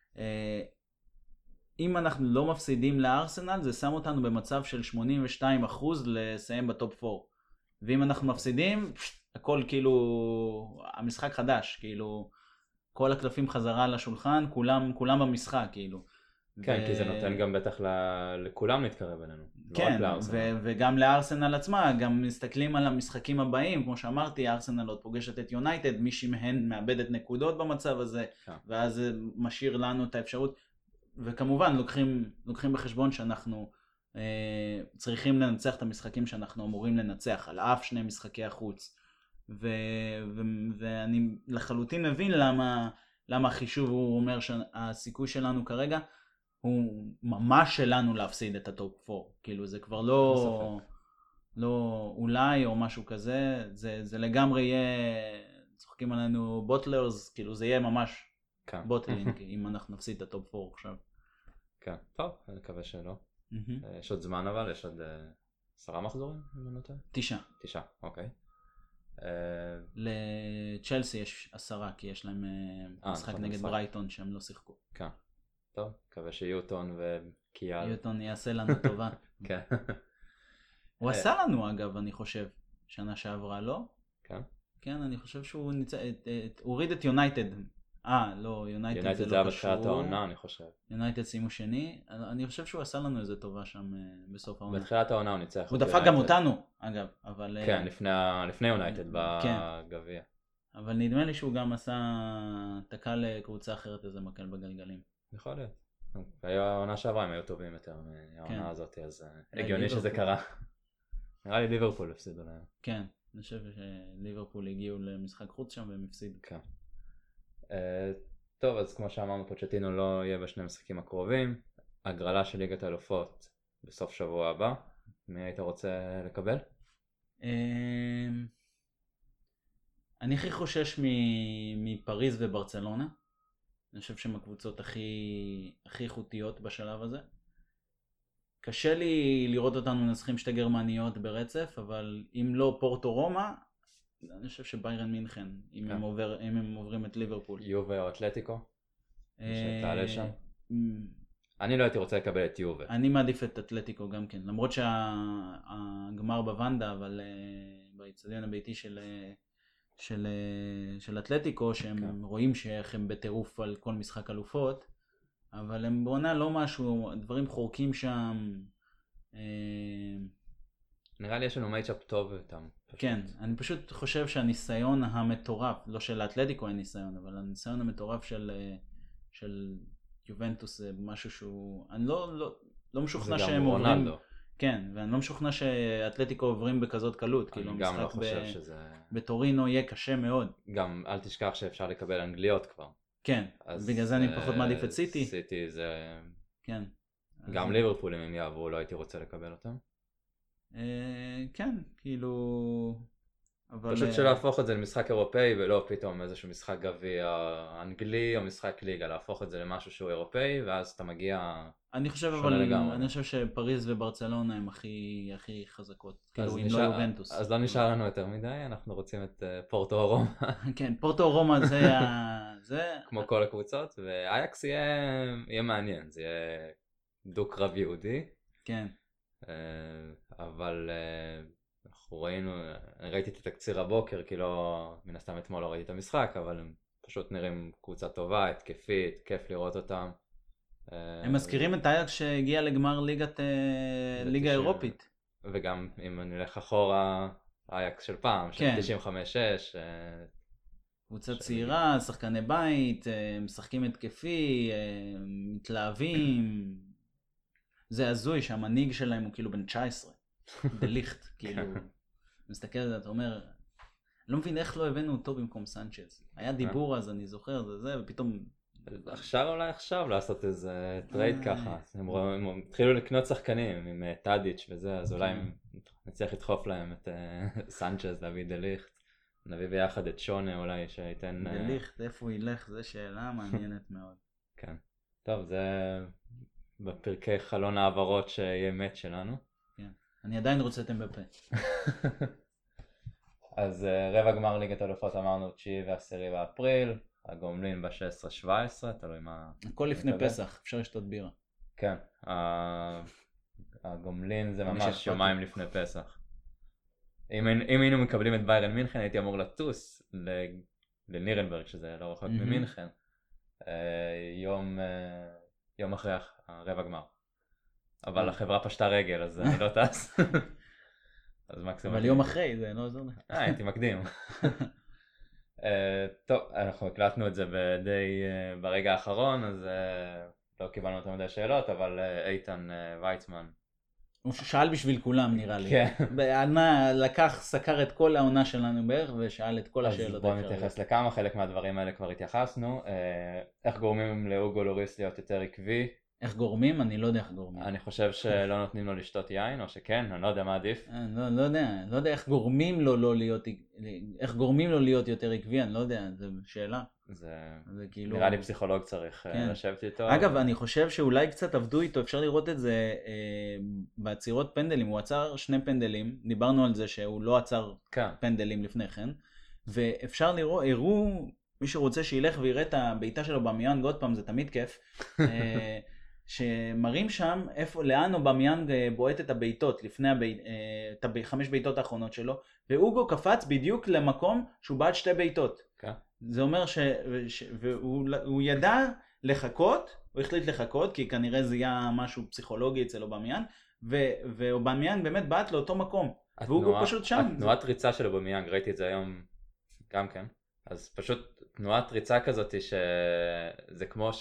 אנחנו לא מפסידים לארסנל זה שם אותנו במצב של שמונים ושתיים אחוז לסיים בטופ ארבע, ואם אנחנו מפסידים הכל כאילו המשחק חדש, כאילו כל הקלפים חזרה לשולחן, כולם כולם במשחק כאילו. כן, ו... כי זה נותן גם בטח ל... לכולם להתקרב אלינו. כן, לא ו... וגם לארסנל עצמה, גם מסתכלים על המשחקים הבאים, כמו שאמרתי, ארסנל עוד פוגשת את יונייטד, מישהי מהן מאבדת נקודות במצב הזה, כן. ואז זה משאיר לנו את האפשרות, וכמובן לוקחים, לוקחים בחשבון שאנחנו אה, צריכים לנצח את המשחקים שאנחנו אמורים לנצח, על אף שני משחקי החוץ, ו... ו... ואני לחלוטין מבין למה, למה החישוב הוא אומר שהסיכוי שלנו כרגע, הוא ממש שלנו להפסיד את הטופ ארבע, כאילו זה כבר לא, לא אולי או משהו כזה, זה, זה לגמרי יהיה, צוחקים עלינו בוטלרס, כאילו זה יהיה ממש כן. בוטלינג אם אנחנו נפסיד את הטופ ארבע עכשיו. כן, טוב, אני מקווה שלא. יש עוד זמן אבל, יש עוד עשרה מחזורים, אם אני לא טועה? תשעה. תשעה, אוקיי. לצ'לסי יש עשרה, כי יש להם משחק נגד ברייטון שהם לא שיחקו. כן. טוב, מקווה שיוטון וקיאל. יוטון יעשה לנו טובה. כן. הוא עשה לנו אגב, אני חושב, שנה שעברה, לא? כן. כן, אני חושב שהוא הוריד את יונייטד. אה, לא, יונייטד זה לא קשור. יונייטד זה היה בתחילת העונה, אני חושב. יונייטד סיימו שני. אני חושב שהוא עשה לנו איזה טובה שם בסוף העונה. בתחילת העונה הוא ניצח. הוא דפק גם אותנו, אגב. כן, לפני יונייטד בגביע. אבל נדמה לי שהוא גם עשה תקע לקבוצה אחרת איזה מקל בגלגלים. יכול להיות. העונה שעברה הם היו טובים יותר מהעונה הזאת, אז הגיוני שזה קרה. נראה לי ליברפול הפסידו להם. כן, אני חושב שליברפול הגיעו למשחק חוץ שם והם הפסידו. כן. טוב, אז כמו שאמרנו, פוצ'טינו לא יהיה בשני המשחקים הקרובים. הגרלה של ליגת האלופות בסוף שבוע הבא. מי היית רוצה לקבל? אני הכי חושש מפריז וברצלונה. אני חושב שהן הקבוצות הכי, הכי איכותיות בשלב הזה. קשה לי לראות אותנו מנצחים שתי גרמניות ברצף, אבל אם לא פורטו רומא, אני חושב שביירן מינכן, אם, כן. הם, עובר, אם הם עוברים את ליברפול. יובה או אתלטיקו? שתעלה שם? אני לא הייתי רוצה לקבל את יובה. אני מעדיף את אתלטיקו גם כן, למרות שהגמר בוונדה, אבל באצטדיון הביתי של... של, של אתלטיקו, שהם כן. רואים שאיך הם בטירוף על כל משחק אלופות, אבל הם בעונה לא משהו, דברים חורקים שם. נראה לי יש לנו מייצ'אפ טוב איתם. כן, אני פשוט חושב שהניסיון המטורף, לא של האתלטיקו אין ניסיון, אבל הניסיון המטורף של, של יובנטוס זה משהו שהוא, אני לא, לא, לא משוכנע זה גם שהם עוברים, רונלדו. כן, ואני לא משוכנע שאתלטיקו עוברים בכזאת קלות, אני כאילו גם לא משחק חושב ב... שזה... בטורינו יהיה קשה מאוד. גם אל תשכח שאפשר לקבל אנגליות כבר. כן, אז בגלל זה אני אה, פחות מעדיף את סיטי. סיטי זה... כן. גם אז- ליברפול אם הם יעברו לא הייתי רוצה לקבל אותם. אה, כן, כאילו... אבל... פשוט אה, שלא להפוך את זה למשחק אירופאי ולא פתאום איזשהו משחק גביע אנגלי או משחק ליגה, להפוך את זה למשהו שהוא אירופאי ואז אתה מגיע... אני חושב שונה אבל, לגמרי. אני חושב שפריז וברצלונה הם הכי, הכי חזקות, כאילו אז אם נשאר- לא יובנטוס. אז לא נשאר לנו יותר מדי, אנחנו רוצים את אה, פורטו או רומא, כן, פורטו רומא זה ה... זה... כמו כל הקבוצות, ואייקס יהיה יהיה מעניין, זה יהיה דו-קרב יהודי, כן. אה, אבל אה, אנחנו ראינו, אני ראיתי את התקציר הבוקר, כי לא, מן הסתם אתמול לא ראיתי את המשחק, אבל הם פשוט נראים קבוצה טובה, התקפית, כיף לראות אותם. אה, הם מזכירים את אייקס שהגיע לגמר ליגת... אה, ליגה ב- אירופית. וגם אם אני אלך אחורה, אייקס של פעם, של כן. תשעים וחמש שש, אה, קבוצה של- צעירה, שחקני בית, אה, משחקים התקפי, אה, מתלהבים. זה הזוי שהמנהיג שלהם הוא כאילו בן תשע עשרה. דליכט, כאילו. מסתכל על זה, אתה אומר, לא מבין איך לא הבאנו אותו במקום סנצ'ז. היה דיבור אז, אני זוכר, זה זה, ופתאום... אפשר אולי עכשיו לעשות איזה טרייד אה. ככה, הם רוא- הם התחילו לקנות שחקנים עם אה, טאדיץ' וזה, אז אולי כן. אם נצליח לדחוף להם את אה, סנצ'ז, להביא דליכט, נביא ביחד את שונה אולי שייתן... אה, דליכט, איפה הוא ילך, זו שאלה מעניינת מאוד. כן. טוב, זה בפרקי חלון העברות שיהיה מת שלנו. אני עדיין רוצה את אמבפה. אז אה, רבע גמר ליגת אלופות אמרנו תשיעי ועשירי באפריל, הגומלין ב-שש עשרה שבע עשרה, תלוי מה... הכל לפני מקווה. פסח, אפשר לשתות בירה. כן, ה- הגומלין זה מי ממש שאכפת יומיים לפני פסח. אם היינו- אם היינו מקבלים את ביירן מינכן הייתי אמור לטוס ל- לנירנברג שזה לא רחוק מהמם. ממינכן, אה, יום אה, יום אחרי הח- הרבע גמר. אבל אה. החברה פשטה רגל אז אני לא טס. אז מקסימום. אבל יום אחרי זה לא עוזר לך. אה, הייתי מקדים. אה, טוב, אנחנו הקלטנו את זה די אה, ברגע האחרון, אז אה, לא קיבלנו יותר מדי שאלות, אבל אה, איתן אה, ויצמן. הוא שאל בשביל כולם נראה לי. כן. בענה לקח, סקר את כל העונה שלנו בערך ושאל את כל אז השאלות. בואו האפשריות. נתייחס לכמה, חלק מהדברים האלה כבר התייחסנו. אה, איך גורמים לאוגו לוריס להיות יותר עקבי? איך גורמים? אני לא יודע איך גורמים. אני חושב שלא נותנים לו לשתות יין, או שכן, אני לא יודע מה עדיף. אני לא, לא יודע, לא יודע איך גורמים לו לא להיות, איך גורמים לו להיות יותר עקבי, אני לא יודע, זו שאלה. זה זה כאילו... נראה לי פסיכולוג צריך אה, כן. לשבת איתו. אגב, אני חושב שאולי קצת עבדו איתו, אפשר לראות את זה אה, בעצירות פנדלים, הוא עצר שני פנדלים, דיברנו על זה שהוא לא עצר כן. פנדלים לפני כן, ואפשר לראות, הראו, מי שרוצה שילך ויראה את הבעיטה שלו במיאנג, עוד פעם זה תמיד כיף, אה, שמראים שם איפה, לאן אובמיאנג בועט את הבעיטות, לפני הבעיט, אה, את החמש בעיטות האחרונות שלו, ואוגו קפץ בדיוק למקום שהוא בעט שתי בעיטות. כן. זה אומר ש... ש... והוא הוא ידע לחכות, הוא החליט לחכות, כי כנראה זה היה משהו פסיכולוגי אצל אובמיאנג, ו... ואובמיאנג באמת בעט לאותו מקום, והוגו התנועה- פשוט שם. התנועת ריצה של אובמיאנג, ראיתי את זה היום גם כן. אז פשוט תנועת ריצה כזאת שזה כמו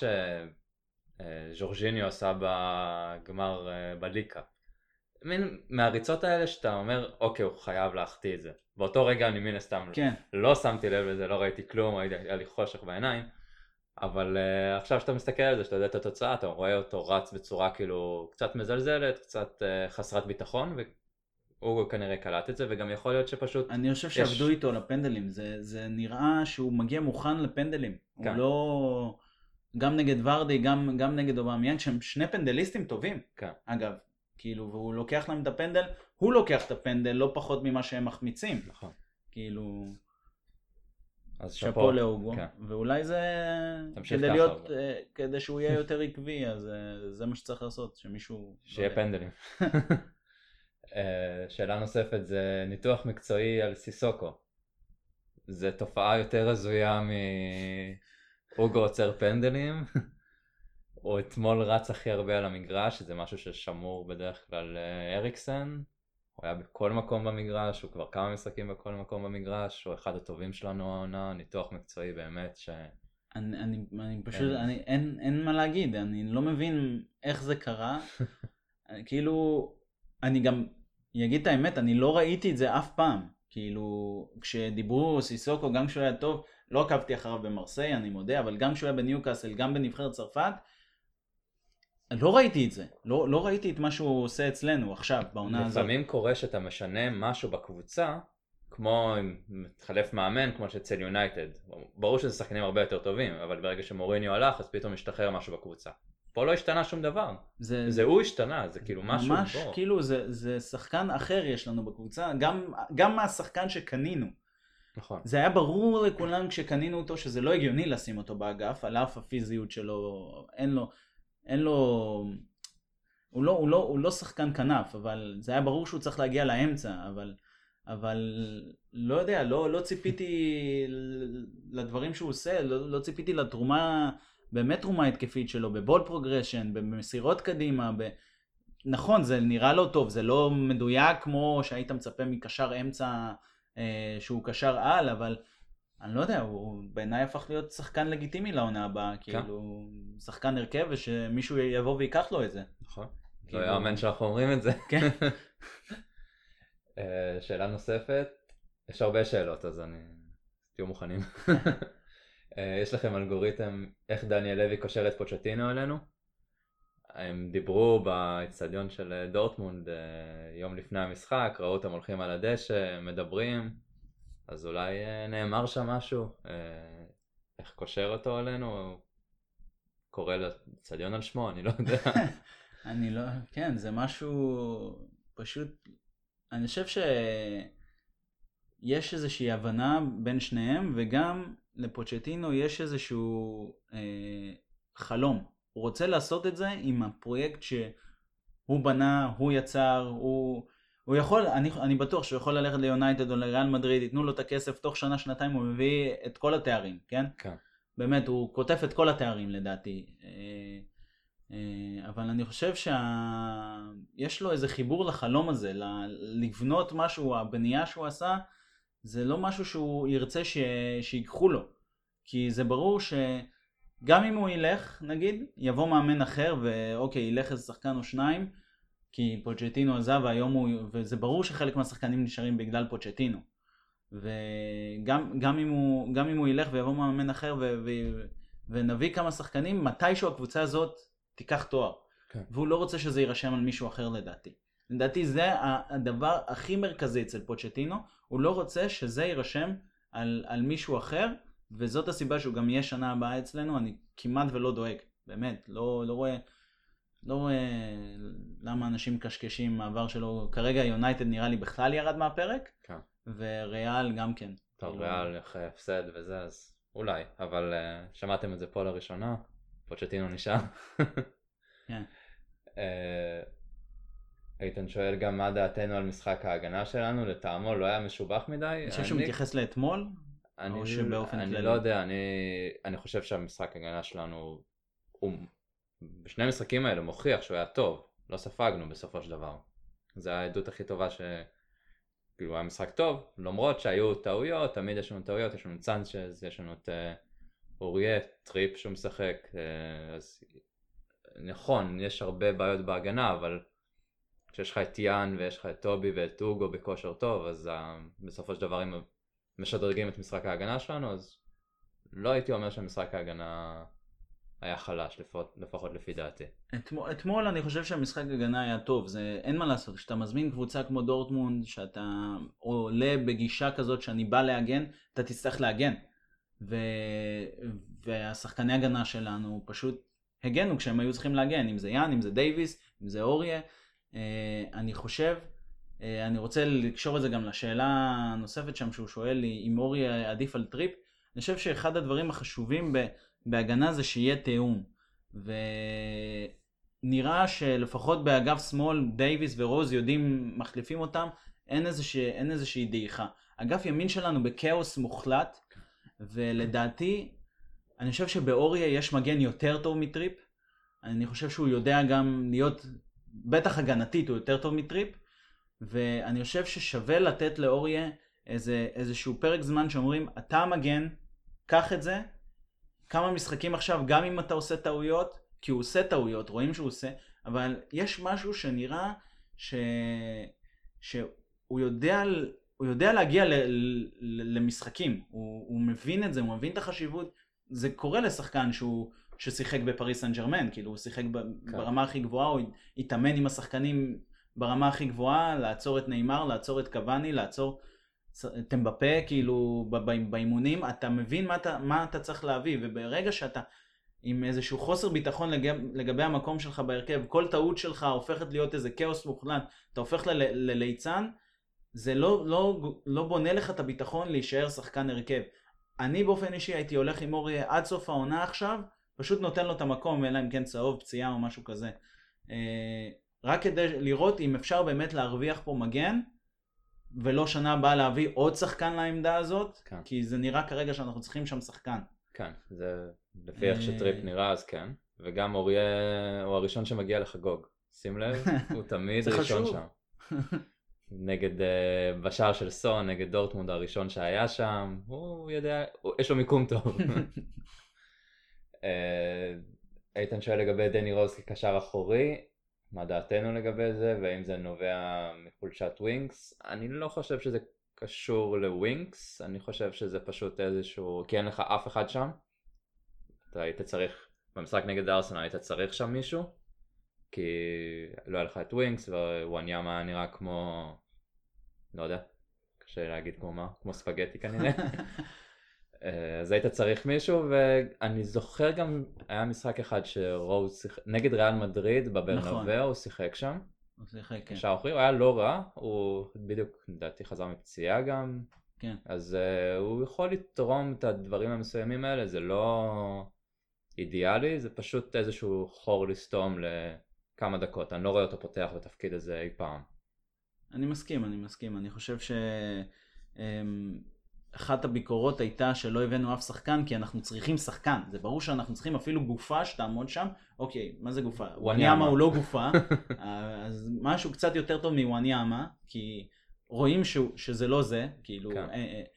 שז'ורג'יניו עשה בגמר אה, בליקה. מין מהריצות האלה שאתה אומר אוקיי הוא חייב להחטיא את זה. באותו רגע אני מן הסתם כן. לא שמתי לב לזה, לא ראיתי כלום, היה לי חושך בעיניים. אבל uh, עכשיו שאתה מסתכל על זה, שאתה יודע את התוצאה, אתה רואה אותו רץ בצורה כאילו קצת מזלזלת, קצת uh, חסרת ביטחון, והוא כנראה קלט את זה, וגם יכול להיות שפשוט... אני חושב שעבדו איתו לפנדלים, זה, זה נראה שהוא מגיע מוכן לפנדלים. כן. הוא לא... גם נגד ורדי, גם, גם נגד אובמיאנג, שהם שני פנדליסטים טובים. כן. אגב, כאילו, והוא לוקח להם את הפנדל, הוא לוקח את הפנדל לא פחות ממה שהם מחמיצים. נכון. כאילו... אז שפו לאוגו, כן. ואולי זה תמשיך כדי ככה, להיות, אבל. אה, כדי שהוא יהיה יותר עקבי, אז אה, זה מה שצריך לעשות, שמישהו... שיהיה לא יודע. פנדלים. אה, שאלה נוספת זה ניתוח מקצועי על סיסוקו. זה תופעה יותר הזויה מאוגו עוצר פנדלים. הוא אתמול רץ הכי הרבה על המגרש, שזה משהו ששמור בדרך כלל אריקסן. הוא היה בכל מקום במגרש, הוא כבר כמה משחקים בכל מקום במגרש, הוא אחד הטובים שלנו העונה, ניתוח מקצועי באמת ש... אני, אני, אני פשוט, אין... אני, אין, אין מה להגיד, אני לא מבין איך זה קרה. כאילו, אני גם אגיד את האמת, אני לא ראיתי את זה אף פעם. כאילו, כשדיברו סיסוקו, גם כשהוא היה טוב, לא עקבתי אחריו במרסיי, אני מודה, אבל גם כשהוא היה בניוקאסל, גם בנבחרת צרפת, לא ראיתי את זה. לא, לא ראיתי את מה שהוא עושה אצלנו עכשיו, בעונה הזאת. לפעמים קורה שאתה משנה משהו בקבוצה, כמו אם מתחלף מאמן, כמו שאצל יונייטד. ברור שזה שחקנים הרבה יותר טובים, אבל ברגע שמוריניו הלך, אז פתאום משתחרר משהו בקבוצה. פה לא השתנה שום דבר. זה, זה הוא השתנה, זה כאילו משהו ממש, בו. כאילו זה, זה שחקן אחר יש לנו בקבוצה, גם, גם מהשחקן שקנינו. נכון. זה היה ברור לכולם כשקנינו אותו שזה לא הגיוני לשים אותו באגף, על אף הפיזיות שלו, אין לו, אין לו, הוא לא, הוא לא, הוא לא שחקן כנף, אבל זה היה ברור שהוא צריך להגיע לאמצע, אבל, אבל לא יודע, לא, לא ציפיתי לדברים שהוא עושה, לא, לא ציפיתי לתרומה, באמת תרומה התקפית שלו, בבול פרוגרשן, במסירות קדימה, ב... נכון, זה נראה לא טוב, זה לא מדויק כמו שהיית מצפה מקשר אמצע אה, שהוא קשר על, אבל אני לא יודע, הוא בעיניי הפך להיות שחקן לגיטימי לעונה הבאה, כאילו שחקן הרכב ושמישהו יבוא ויקח לו את זה. נכון, לא יאמן שאנחנו אומרים את זה. כן. שאלה נוספת, יש הרבה שאלות אז אני... תהיו מוכנים. יש לכם אלגוריתם איך דניאל לוי קושר את פוצ'טינו אלינו? הם דיברו באצטדיון של דורטמונד יום לפני המשחק, ראו אותם הולכים על הדשא, מדברים, אז אולי נאמר שם משהו, איך קושר אותו אלינו, קורא לאצטדיון על שמו, אני לא יודע. אני לא, כן, זה משהו פשוט, אני חושב שיש איזושהי הבנה בין שניהם, וגם לפוצ'טינו יש איזשהו אה, חלום. הוא רוצה לעשות את זה עם הפרויקט שהוא בנה, הוא יצר, הוא, הוא יכול, אני, אני בטוח שהוא יכול ללכת ליונייטד או לריאל מדריד, ייתנו לו את הכסף, תוך שנה, שנתיים הוא מביא את כל התארים, כן? כן. באמת, הוא כותף את כל התארים לדעתי. אבל אני חושב שיש לו איזה חיבור לחלום הזה, לבנות משהו, הבנייה שהוא עשה, זה לא משהו שהוא ירצה ש... שיקחו לו. כי זה ברור שגם אם הוא ילך, נגיד, יבוא מאמן אחר, ואוקיי, ילך איזה שחקן או שניים, כי פוצ'טינו עזב, והיום הוא... וזה ברור שחלק מהשחקנים נשארים בגלל פוצ'טינו. וגם גם אם הוא, גם אם הוא ילך ויבוא מאמן אחר, ו... ו... ונביא כמה שחקנים, מתישהו הקבוצה הזאת תיקח תואר. כן. והוא לא רוצה שזה יירשם על מישהו אחר לדעתי. לדעתי זה הדבר הכי מרכזי אצל פוצ'טינו, הוא לא רוצה שזה יירשם על, על מישהו אחר, וזאת הסיבה שהוא גם יהיה שנה הבאה אצלנו, אני כמעט ולא דואג, באמת, לא, לא רואה, לא רואה למה אנשים קשקשים מעבר שלו, כרגע יונייטד נראה לי בכלל ירד מהפרק, כן. וריאל גם כן. טוב, כאילו... ריאל אחרי הפסד וזה, אז אולי, אבל uh, שמעתם את זה פה לראשונה, פוצ'טינו נשאר. כן. uh, איתן שואל גם מה דעתנו על משחק ההגנה שלנו, לטעמו לא היה משובח מדי. אני חושב שהוא מתייחס לאתמול? אני, אני לא יודע, אני, אני חושב שהמשחק ההגנה שלנו, הוא, בשני המשחקים האלה מוכיח שהוא היה טוב, לא ספגנו בסופו של דבר. זו העדות הכי טובה ש... כאילו היה משחק טוב, למרות שהיו טעויות, תמיד יש לנו טעויות, יש לנו צאנצ'ז, יש לנו את אוריה, טריפ שהוא משחק, אז נכון, יש הרבה בעיות בהגנה, אבל כשיש לך את יאן ויש לך את טובי ואת אוגו בכושר טוב, אז uh, בסופו של דבר אם משדרגים את משחק ההגנה שלנו, אז לא הייתי אומר שמשחק ההגנה היה חלש, לפחות, לפחות לפי דעתי. אתמול, אתמול אני חושב שהמשחק ההגנה היה טוב, זה אין מה לעשות, כשאתה מזמין קבוצה כמו דורטמונד, שאתה עולה בגישה כזאת שאני בא להגן, אתה תצטרך להגן. ו... והשחקני הגנה שלנו פשוט הגנו כשהם היו צריכים להגן, אם זה יאן, אם זה דייביס, אם זה אוריה. אני חושב, אני רוצה לקשור את זה גם לשאלה הנוספת שם שהוא שואל לי אם אוריה עדיף על טריפ. אני חושב שאחד הדברים החשובים בהגנה זה שיהיה תאום, ונראה שלפחות באגף שמאל דייביס ורוז יודעים, מחליפים אותם, אין איזושהי, אין איזושהי דעיכה. אגף ימין שלנו בכאוס מוחלט, ולדעתי אני חושב שבאוריה יש מגן יותר טוב מטריפ. אני חושב שהוא יודע גם להיות, בטח הגנתית הוא יותר טוב מטריפ, ואני חושב ששווה לתת לאוריה איזה, איזשהו פרק זמן שאומרים, אתה מגן, קח את זה, כמה משחקים עכשיו, גם אם אתה עושה טעויות, כי הוא עושה טעויות, רואים שהוא עושה, אבל יש משהו שנראה ש... שהוא יודע, הוא יודע להגיע ל... למשחקים, הוא... הוא מבין את זה, הוא מבין את החשיבות, זה קורה לשחקן שהוא... ששיחק בפריס סן ז'רמן, כאילו הוא שיחק ב... כן. ברמה הכי גבוהה, הוא התאמן עם השחקנים ברמה הכי גבוהה, לעצור את ניימר, לעצור את קוואני, לעצור את אמבפה, כאילו באימונים, אתה מבין מה אתה, מה אתה צריך להביא, וברגע שאתה עם איזשהו חוסר ביטחון לגב, לגבי המקום שלך בהרכב, כל טעות שלך הופכת להיות איזה כאוס מוחלט, אתה הופך לליצן, זה לא, לא, לא בונה לך את הביטחון להישאר שחקן הרכב. אני באופן אישי הייתי הולך עם אורי עד סוף העונה עכשיו, פשוט נותן לו את המקום, אלא אם כן צהוב, פציעה או משהו כזה. רק כדי לראות אם אפשר באמת להרוויח פה מגן, ולא שנה הבאה להביא עוד שחקן לעמדה הזאת, כן. כי זה נראה כרגע שאנחנו צריכים שם שחקן. כן, זה לפי איך שטריפ נראה אז כן, וגם אוריה הוא הראשון שמגיע לחגוג, שים לב, הוא תמיד ראשון שם. נגד, בשער של סון, נגד דורטמונד הראשון שהיה שם, הוא יודע, יש לו מיקום טוב. איתן שואל לגבי דני רוז כקשר אחורי, מה דעתנו לגבי זה, והאם זה נובע מחולשת ווינקס? אני לא חושב שזה קשור לווינקס, אני חושב שזה פשוט איזשהו, כי אין לך אף אחד שם, אתה היית צריך, במשחק נגד ארסנל היית צריך שם מישהו, כי לא היה לך את ווינקס, ווואניאמה נראה כמו, לא יודע, קשה להגיד כמו מה, כמו ספגטי כנראה. אז היית צריך מישהו, ואני זוכר גם, היה משחק אחד שרוז שיחק, נגד ריאל מדריד בברנבאו, הוא שיחק שם. הוא שיחק, כן. הוא היה לא רע, הוא בדיוק, לדעתי, חזר מפציעה גם. כן. אז הוא יכול לתרום את הדברים המסוימים האלה, זה לא אידיאלי, זה פשוט איזשהו חור לסתום לכמה דקות. אני לא רואה אותו פותח בתפקיד הזה אי פעם. אני מסכים, אני מסכים. אני חושב ש... אחת הביקורות הייתה שלא הבאנו אף שחקן, כי אנחנו צריכים שחקן. זה ברור שאנחנו צריכים אפילו גופה שתעמוד שם. אוקיי, מה זה גופה? וואניאמה הוא לא גופה. אז משהו קצת יותר טוב מוואניאמה, כי רואים שהוא, שזה לא זה, כאילו, כן.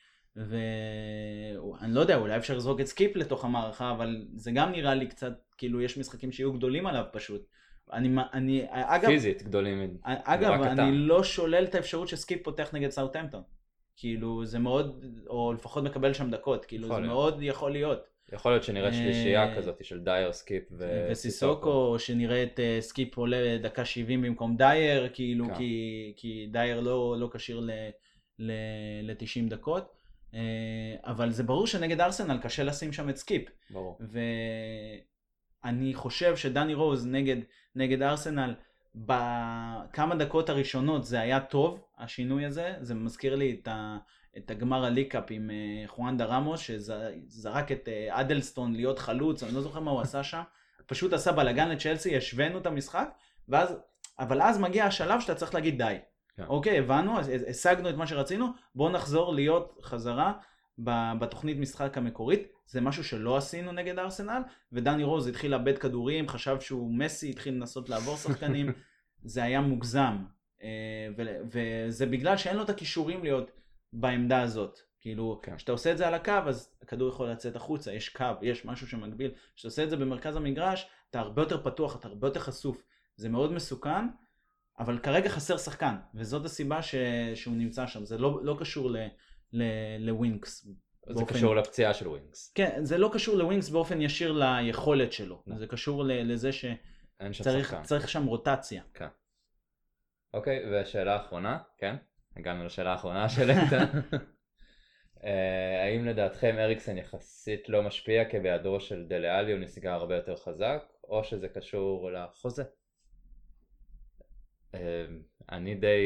ואני לא יודע, אולי אפשר לזרוק את סקיפ לתוך המערכה, אבל זה גם נראה לי קצת, כאילו יש משחקים שיהיו גדולים עליו פשוט. אני, אני, אגב, פיזית גדולים. אגב, אני אתה. לא שולל את האפשרות שסקיפ פותח נגד סאות'המפטון. כאילו זה מאוד, או לפחות מקבל שם דקות, כאילו זה מאוד יכול להיות. יכול להיות שנראית שלישייה כזאת של דייר, סקיפ וסיסוקו, או שנראית סקיפ עולה דקה שבעים במקום דייר, כאילו כי דייר לא כשיר ל-תשעים דקות. אבל זה ברור שנגד ארסנל קשה לשים שם את סקיפ. ברור. ואני חושב שדני רוז נגד ארסנל, בכמה דקות הראשונות זה היה טוב, השינוי הזה, זה מזכיר לי את, ה, את הגמר הליקאפ עם חואנדה רמוס, שזרק את אדלסטון להיות חלוץ, אני לא זוכר מה הוא עשה שם, פשוט עשה בלגן לצ'לסי, השווינו את המשחק, ואז, אבל אז מגיע השלב שאתה צריך להגיד די. כן. אוקיי, הבנו, השגנו את מה שרצינו, בואו נחזור להיות חזרה בתוכנית משחק המקורית, זה משהו שלא עשינו נגד ארסנל, ודני רוז התחיל לאבד כדורים, חשב שהוא מסי, התחיל לנסות לעבור שחקנים, זה היה מוגזם, וזה בגלל שאין לו את הכישורים להיות בעמדה הזאת, כאילו, כשאתה עושה את זה על הקו, אז הכדור יכול לצאת החוצה, יש קו, יש משהו שמגביל, כשאתה עושה את זה במרכז המגרש, אתה הרבה יותר פתוח, אתה הרבה יותר חשוף, זה מאוד מסוכן, אבל כרגע חסר שחקן, וזאת הסיבה ש... שהוא נמצא שם, זה לא, לא קשור ל... לווינקס. זה באופן... קשור לפציעה של ווינקס. כן, זה לא קשור לווינקס באופן ישיר ליכולת שלו. זה קשור לזה שצריך שם רוטציה. כן. אוקיי, והשאלה האחרונה, כן? הגענו לשאלה האחרונה של איתן. האם לדעתכם אריקסן יחסית לא משפיע כביעדרו של דלה עלי, הוא נסיגה הרבה יותר חזק, או שזה קשור לחוזה? אני די...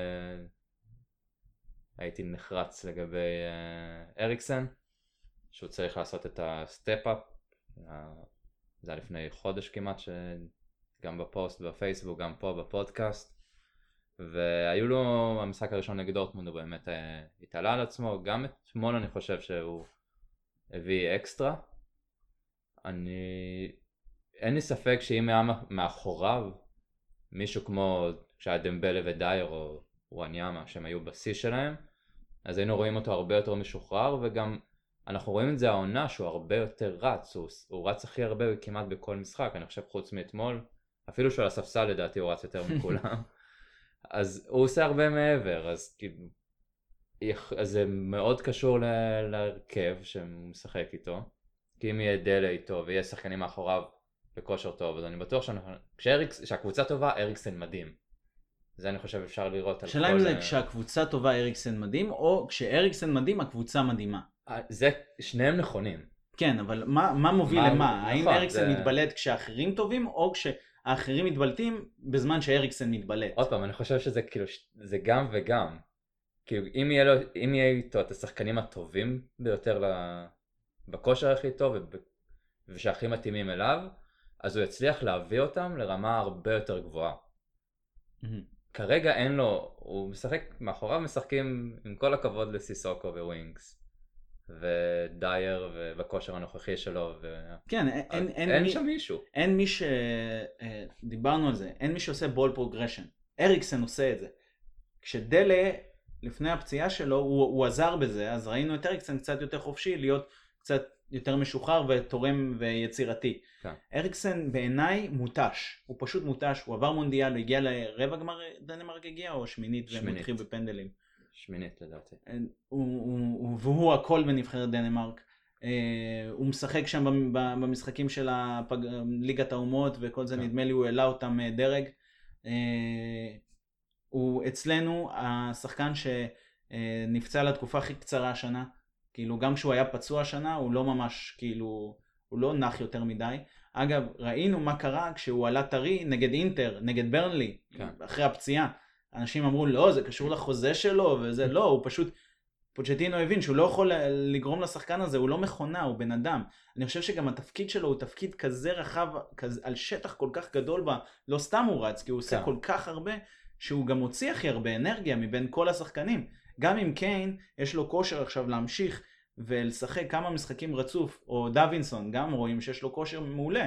הייתי נחרץ לגבי uh, אריקסן, שהוא צריך לעשות את הסטפ-אפ, uh, זה היה לפני חודש כמעט, שגם בפוסט בפייסבוק, גם פה בפודקאסט, והיו לו, המשחק הראשון נגד דורטמונד הוא באמת uh, התעלה על עצמו, גם אתמול אני חושב שהוא הביא אקסטרה, אני, אין לי ספק שאם היה מאחוריו מישהו כמו שהיה דמבלה ודייר או וואניאמה שהם היו בשיא שלהם, אז היינו רואים אותו הרבה יותר משוחרר, וגם אנחנו רואים את זה העונה שהוא הרבה יותר רץ, הוא, הוא רץ הכי הרבה כמעט בכל משחק, אני חושב חוץ מאתמול, אפילו שהוא על הספסל לדעתי הוא רץ יותר מכולם, אז הוא עושה הרבה מעבר, אז כאילו, אז זה מאוד קשור ל- להרכב שמשחק איתו, כי אם יהיה דלה איתו ויהיה שחקנים מאחוריו בכושר טוב, אז אני בטוח שהקבוצה טובה, אריקסן מדהים. זה אני חושב אפשר לראות על כל... שאלה אם זה כשהקבוצה טובה אריקסן מדהים, או כשאריקסן מדהים הקבוצה מדהימה. זה, שניהם נכונים. כן, אבל מה, מה מוביל מה, למה? נכון, האם אריקסן זה... מתבלט כשאחרים טובים, או כשהאחרים מתבלטים בזמן שאריקסן מתבלט? עוד פעם, אני חושב שזה כאילו, זה גם וגם. כאילו, אם יהיה, לו, אם יהיה איתו את השחקנים הטובים ביותר ל... בכושר הכי טוב, וב... ושהכי מתאימים אליו, אז הוא יצליח להביא אותם לרמה הרבה יותר גבוהה. Mm-hmm. כרגע אין לו, הוא משחק, מאחוריו משחקים עם כל הכבוד לסיסוקו וווינגס. ודייר ובכושר הנוכחי שלו ו... כן, אין, אין, אין, אין מי, שם מישהו. אין מי ש... דיברנו על זה, אין מי שעושה בול פרוגרשן. אריקסן עושה את זה. כשדלה, לפני הפציעה שלו, הוא, הוא עזר בזה, אז ראינו את אריקסן קצת יותר חופשי, להיות קצת יותר משוחרר ותורם ויצירתי. כן. אריקסן בעיניי מוטש, הוא פשוט מוטש, הוא עבר מונדיאל, הוא הגיע לרבע גמר דנמרק הגיע, או שמינית, שמינית. ומתחיל בפנדלים. שמינית לדעתי. והוא הכל בנבחרת דנמרק. הוא משחק שם במשחקים של ליגת האומות וכל זה, נדמה לי הוא העלה אותם דרג. הוא אצלנו השחקן שנפצע לתקופה הכי קצרה השנה. כאילו גם כשהוא היה פצוע השנה הוא לא ממש כאילו, הוא לא נח יותר מדי. אגב, ראינו מה קרה כשהוא עלה טרי נגד אינטר, נגד ברנלי, אחרי הפציעה. אנשים אמרו, לא, זה קשור לחוזה שלו, וזה לא, הוא פשוט, פוצ'טינו הבין שהוא לא יכול לגרום לשחקן הזה, הוא לא מכונה, הוא בן אדם. אני חושב שגם התפקיד שלו הוא תפקיד כזה רחב, כזה, על שטח כל כך גדול בה, לא סתם הוא רץ, כי הוא עושה כל כך הרבה, שהוא גם מוציא הכי הרבה אנרגיה מבין כל השחקנים. גם אם קיין, יש לו כושר עכשיו להמשיך ולשחק כמה משחקים רצוף, או דווינסון, גם רואים שיש לו כושר מעולה.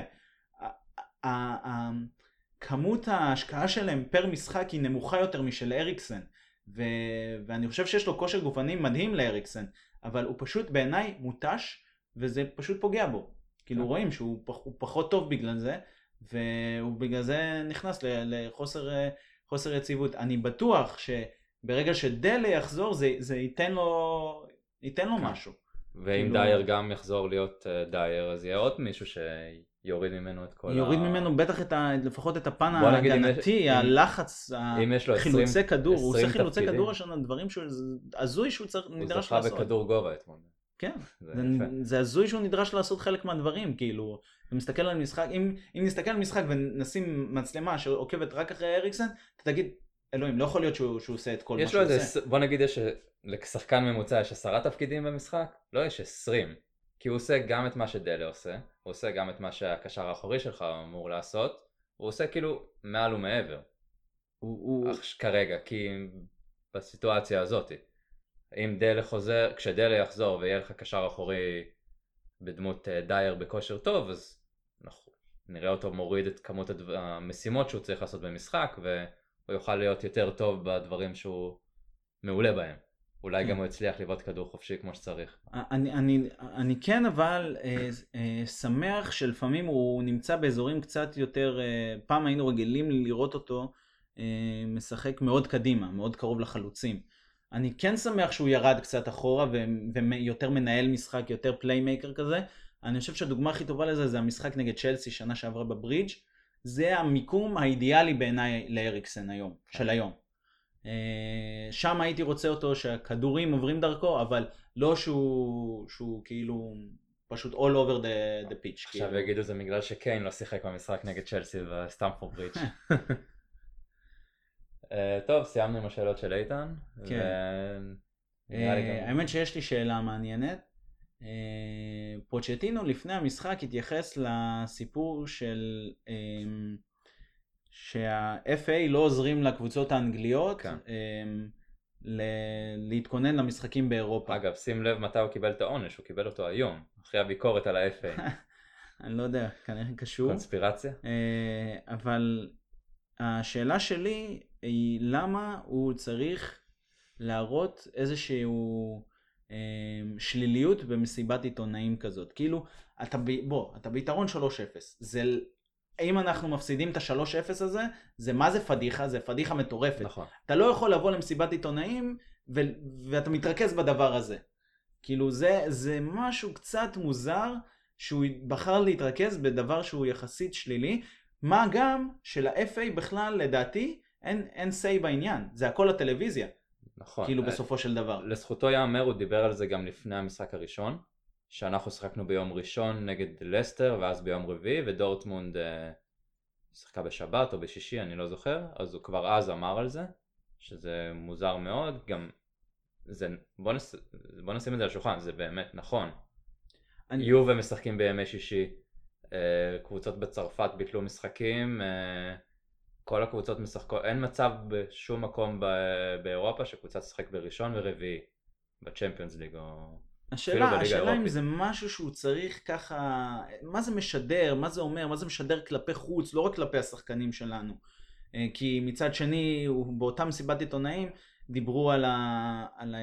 כמות ההשקעה שלהם פר משחק היא נמוכה יותר משל אריקסן, ו... ואני חושב שיש לו כושר גופני מדהים לאריקסן, אבל הוא פשוט בעיניי מוטש, וזה פשוט פוגע בו. כאילו רואים שהוא פח... פחות טוב בגלל זה, והוא בגלל זה נכנס לחוסר חוסר יציבות. אני בטוח שברגע שדלה יחזור, זה, זה ייתן לו, ייתן לו משהו. ואם כאילו... דייר גם יחזור להיות דייר, אז יהיה עוד מישהו ש... יוריד ממנו את כל יוריד ה... ממנו בטח את ה... לפחות את הפן ההגנתי, הלחץ, החילוצי כדור, הוא עושה חילוצי כדור השנה, דברים שהוא, הזוי שהוא נדרש לעשות. הוא זכה בכדור גובה אתמול. כן, זה הזוי שהוא נדרש לעשות חלק מהדברים, כאילו, אתה מסתכל על משחק, אם נסתכל על משחק ונשים מצלמה שעוקבת רק אחרי אריקסן, אתה תגיד, אלוהים, לא יכול להיות שהוא עושה את כל מה שהוא עושה. בוא נגיד, לשחקן ממוצע יש עשרה תפקידים במשחק, לא יש עשרים. כי הוא עושה גם את מה שדלה עושה, הוא עושה גם את מה שהקשר האחורי שלך אמור לעשות, הוא עושה כאילו מעל ומעבר. הוא, הוא... כרגע, כי בסיטואציה הזאת, אם דלה חוזר, כשדלה יחזור ויהיה לך קשר אחורי בדמות דייר בכושר טוב, אז אנחנו נראה אותו מוריד את כמות המשימות שהוא צריך לעשות במשחק, והוא יוכל להיות יותר טוב בדברים שהוא מעולה בהם. אולי גם הוא הצליח לבעוט כדור חופשי כמו שצריך. אני, אני, אני כן אבל אה, אה, שמח שלפעמים הוא נמצא באזורים קצת יותר, אה, פעם היינו רגילים לראות אותו אה, משחק מאוד קדימה, מאוד קרוב לחלוצים. אני כן שמח שהוא ירד קצת אחורה ו, ויותר מנהל משחק, יותר פליימייקר כזה. אני חושב שהדוגמה הכי טובה לזה זה המשחק נגד צ'לסי שנה שעברה בברידג'. זה המיקום האידיאלי בעיניי לאריקסן היום, של היום. שם הייתי רוצה אותו שהכדורים עוברים דרכו, אבל לא שהוא, שהוא כאילו פשוט all over the, the pitch. עכשיו כאילו. יגידו זה בגלל שקיין לא שיחק במשחק נגד צ'לסי וסטמפורד ברידג'. טוב, סיימנו עם השאלות של איתן. כן. האמת שיש לי שאלה מעניינת. פוצ'טינו לפני המשחק התייחס לסיפור של... שה-אף איי לא עוזרים לקבוצות האנגליות כן. ל- להתכונן למשחקים באירופה. אגב, שים לב מתי הוא קיבל את העונש, הוא קיבל אותו היום, אחרי הביקורת על ה-אף איי. אני לא יודע, כנראה קשור. קונספירציה? אבל השאלה שלי היא למה הוא צריך להראות איזשהו שליליות במסיבת עיתונאים כזאת. כאילו, אתה ב... בוא, אתה ביתרון שלוש אפס. זה... אם אנחנו מפסידים את ה-שלוש אפס הזה, זה מה זה פדיחה? זה פדיחה מטורפת. נכון. אתה לא יכול לבוא למסיבת עיתונאים, ו... ואתה מתרכז בדבר הזה. כאילו, זה, זה משהו קצת מוזר, שהוא בחר להתרכז בדבר שהוא יחסית שלילי, מה גם של-אף איי בכלל, לדעתי, אין, אין say בעניין. זה הכל הטלוויזיה. נכון. כאילו בסופו של דבר. לזכותו יאמר, הוא דיבר על זה גם לפני המשחק הראשון, שאנחנו שחקנו ביום ראשון נגד לסטר, ואז ביום רביעי, ודורטמונד אה, שחקה בשבת או בשישי, אני לא זוכר, אז הוא כבר אז אמר על זה, שזה מוזר מאוד, גם זה, בוא, נס, בוא נשים את זה על השולחן, זה באמת נכון. אני... יובה משחקים בימי שישי, אה, קבוצות בצרפת ביטלו משחקים, אה, כל הקבוצות משחקות, אין מצב בשום מקום באירופה שקבוצה תשחק בראשון ורביעי בצ'מפיונס ליג או השאלה, השאלה אם זה משהו שהוא צריך ככה, מה זה משדר, מה זה אומר, מה זה משדר כלפי חוץ, לא רק כלפי השחקנים שלנו. כי מצד שני, באותם מסיבת עיתונאים, דיברו על ה... על ה...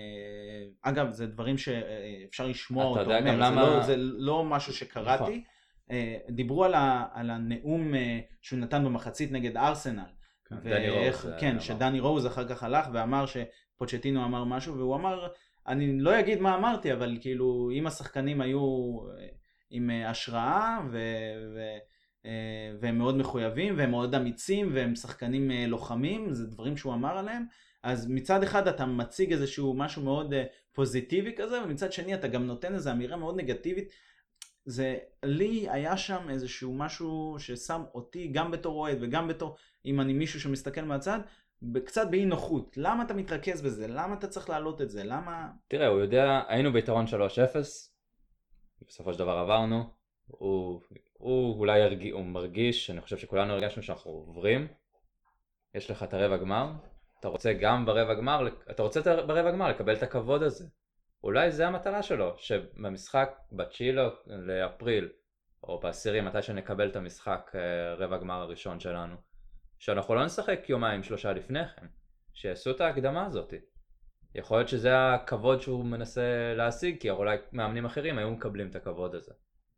אגב, זה דברים שאפשר לשמוע אותו, אומר, זה, למה... לא, זה לא משהו שקראתי. נכון. דיברו על, ה, על הנאום שהוא נתן במחצית נגד ארסנל. כן, דני רוז. כן, שדני רוז אחר כך הלך ואמר שפוצ'טינו אמר משהו, והוא אמר, אני לא אגיד מה אמרתי, אבל כאילו אם השחקנים היו עם השראה ו, ו, והם מאוד מחויבים והם מאוד אמיצים והם שחקנים לוחמים, זה דברים שהוא אמר עליהם, אז מצד אחד אתה מציג איזשהו משהו מאוד פוזיטיבי כזה, ומצד שני אתה גם נותן איזו אמירה מאוד נגטיבית. זה, לי היה שם איזשהו משהו ששם אותי גם בתור אוהד וגם בתור, אם אני מישהו שמסתכל מהצד, קצת באי נוחות. למה אתה מתרכז בזה? למה אתה צריך להעלות את זה? למה... תראה, הוא יודע, היינו ביתרון שלוש אפס, בסופו של דבר עברנו, הוא, הוא אולי הרגיש, הוא מרגיש, אני חושב שכולנו הרגשנו שאנחנו עוברים, יש לך את הרבע גמר, אתה רוצה גם ברבע גמר, אתה רוצה ברבע גמר לקבל את הכבוד הזה. אולי זה המטרה שלו, שבמשחק בתשיעי לאפריל, או בעשירי, מתי שנקבל את המשחק רבע גמר הראשון שלנו, שאנחנו לא נשחק יומיים שלושה לפני כן, שיעשו את ההקדמה הזאת. יכול להיות שזה הכבוד שהוא מנסה להשיג, כי אולי מאמנים אחרים היו מקבלים את הכבוד הזה.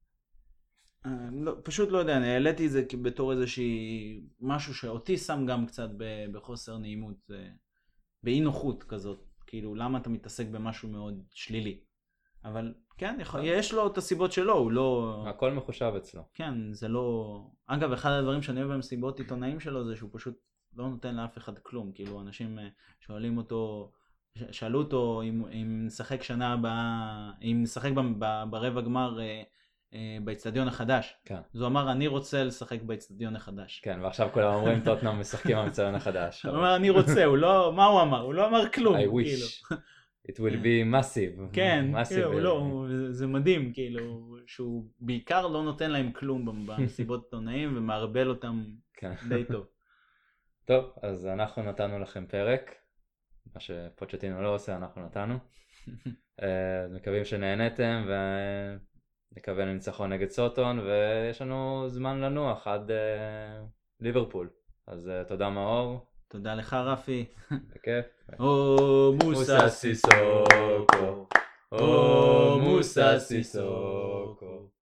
לא, פשוט לא יודע, אני העליתי את זה בתור איזושהי משהו שאותי שם גם קצת בחוסר נעימות, באי נוחות כזאת. כאילו, למה אתה מתעסק במשהו מאוד שלילי? אבל כן, יכול, יש לו את הסיבות שלו, הוא לא... הכל מחושב אצלו. כן, זה לא... אגב, אחד הדברים שאני אוהב במסיבות עיתונאים שלו זה שהוא פשוט לא נותן לאף אחד כלום. כאילו, אנשים שואלים אותו, שאלו אותו אם, אם נשחק שנה הבאה, אם נשחק ברבע גמר באצטדיון החדש. כן. אז הוא אמר, אני רוצה לשחק באצטדיון החדש. כן, ועכשיו כולם אומרים, טוטנהאם משחקים באצטדיון החדש. הוא אמר, אני רוצה, הוא לא... מה הוא אמר? הוא לא אמר כלום. I wish. It will be massive. כן, כאילו, לא, זה מדהים, כאילו, שהוא בעיקר לא נותן להם כלום במסיבות עיתונאים ומערבל אותם די טוב. טוב, אז אנחנו נתנו לכם פרק, מה שפוצ'טינו לא עושה, אנחנו נתנו. מקווים שנהנתם ונקווה לניצחון נגד סוטון, ויש לנו זמן לנוח עד ליברפול. אז תודה מאור. תודה לך רפי. בכיף. או מוסה סיסוקו. או מוסה סיסוקו.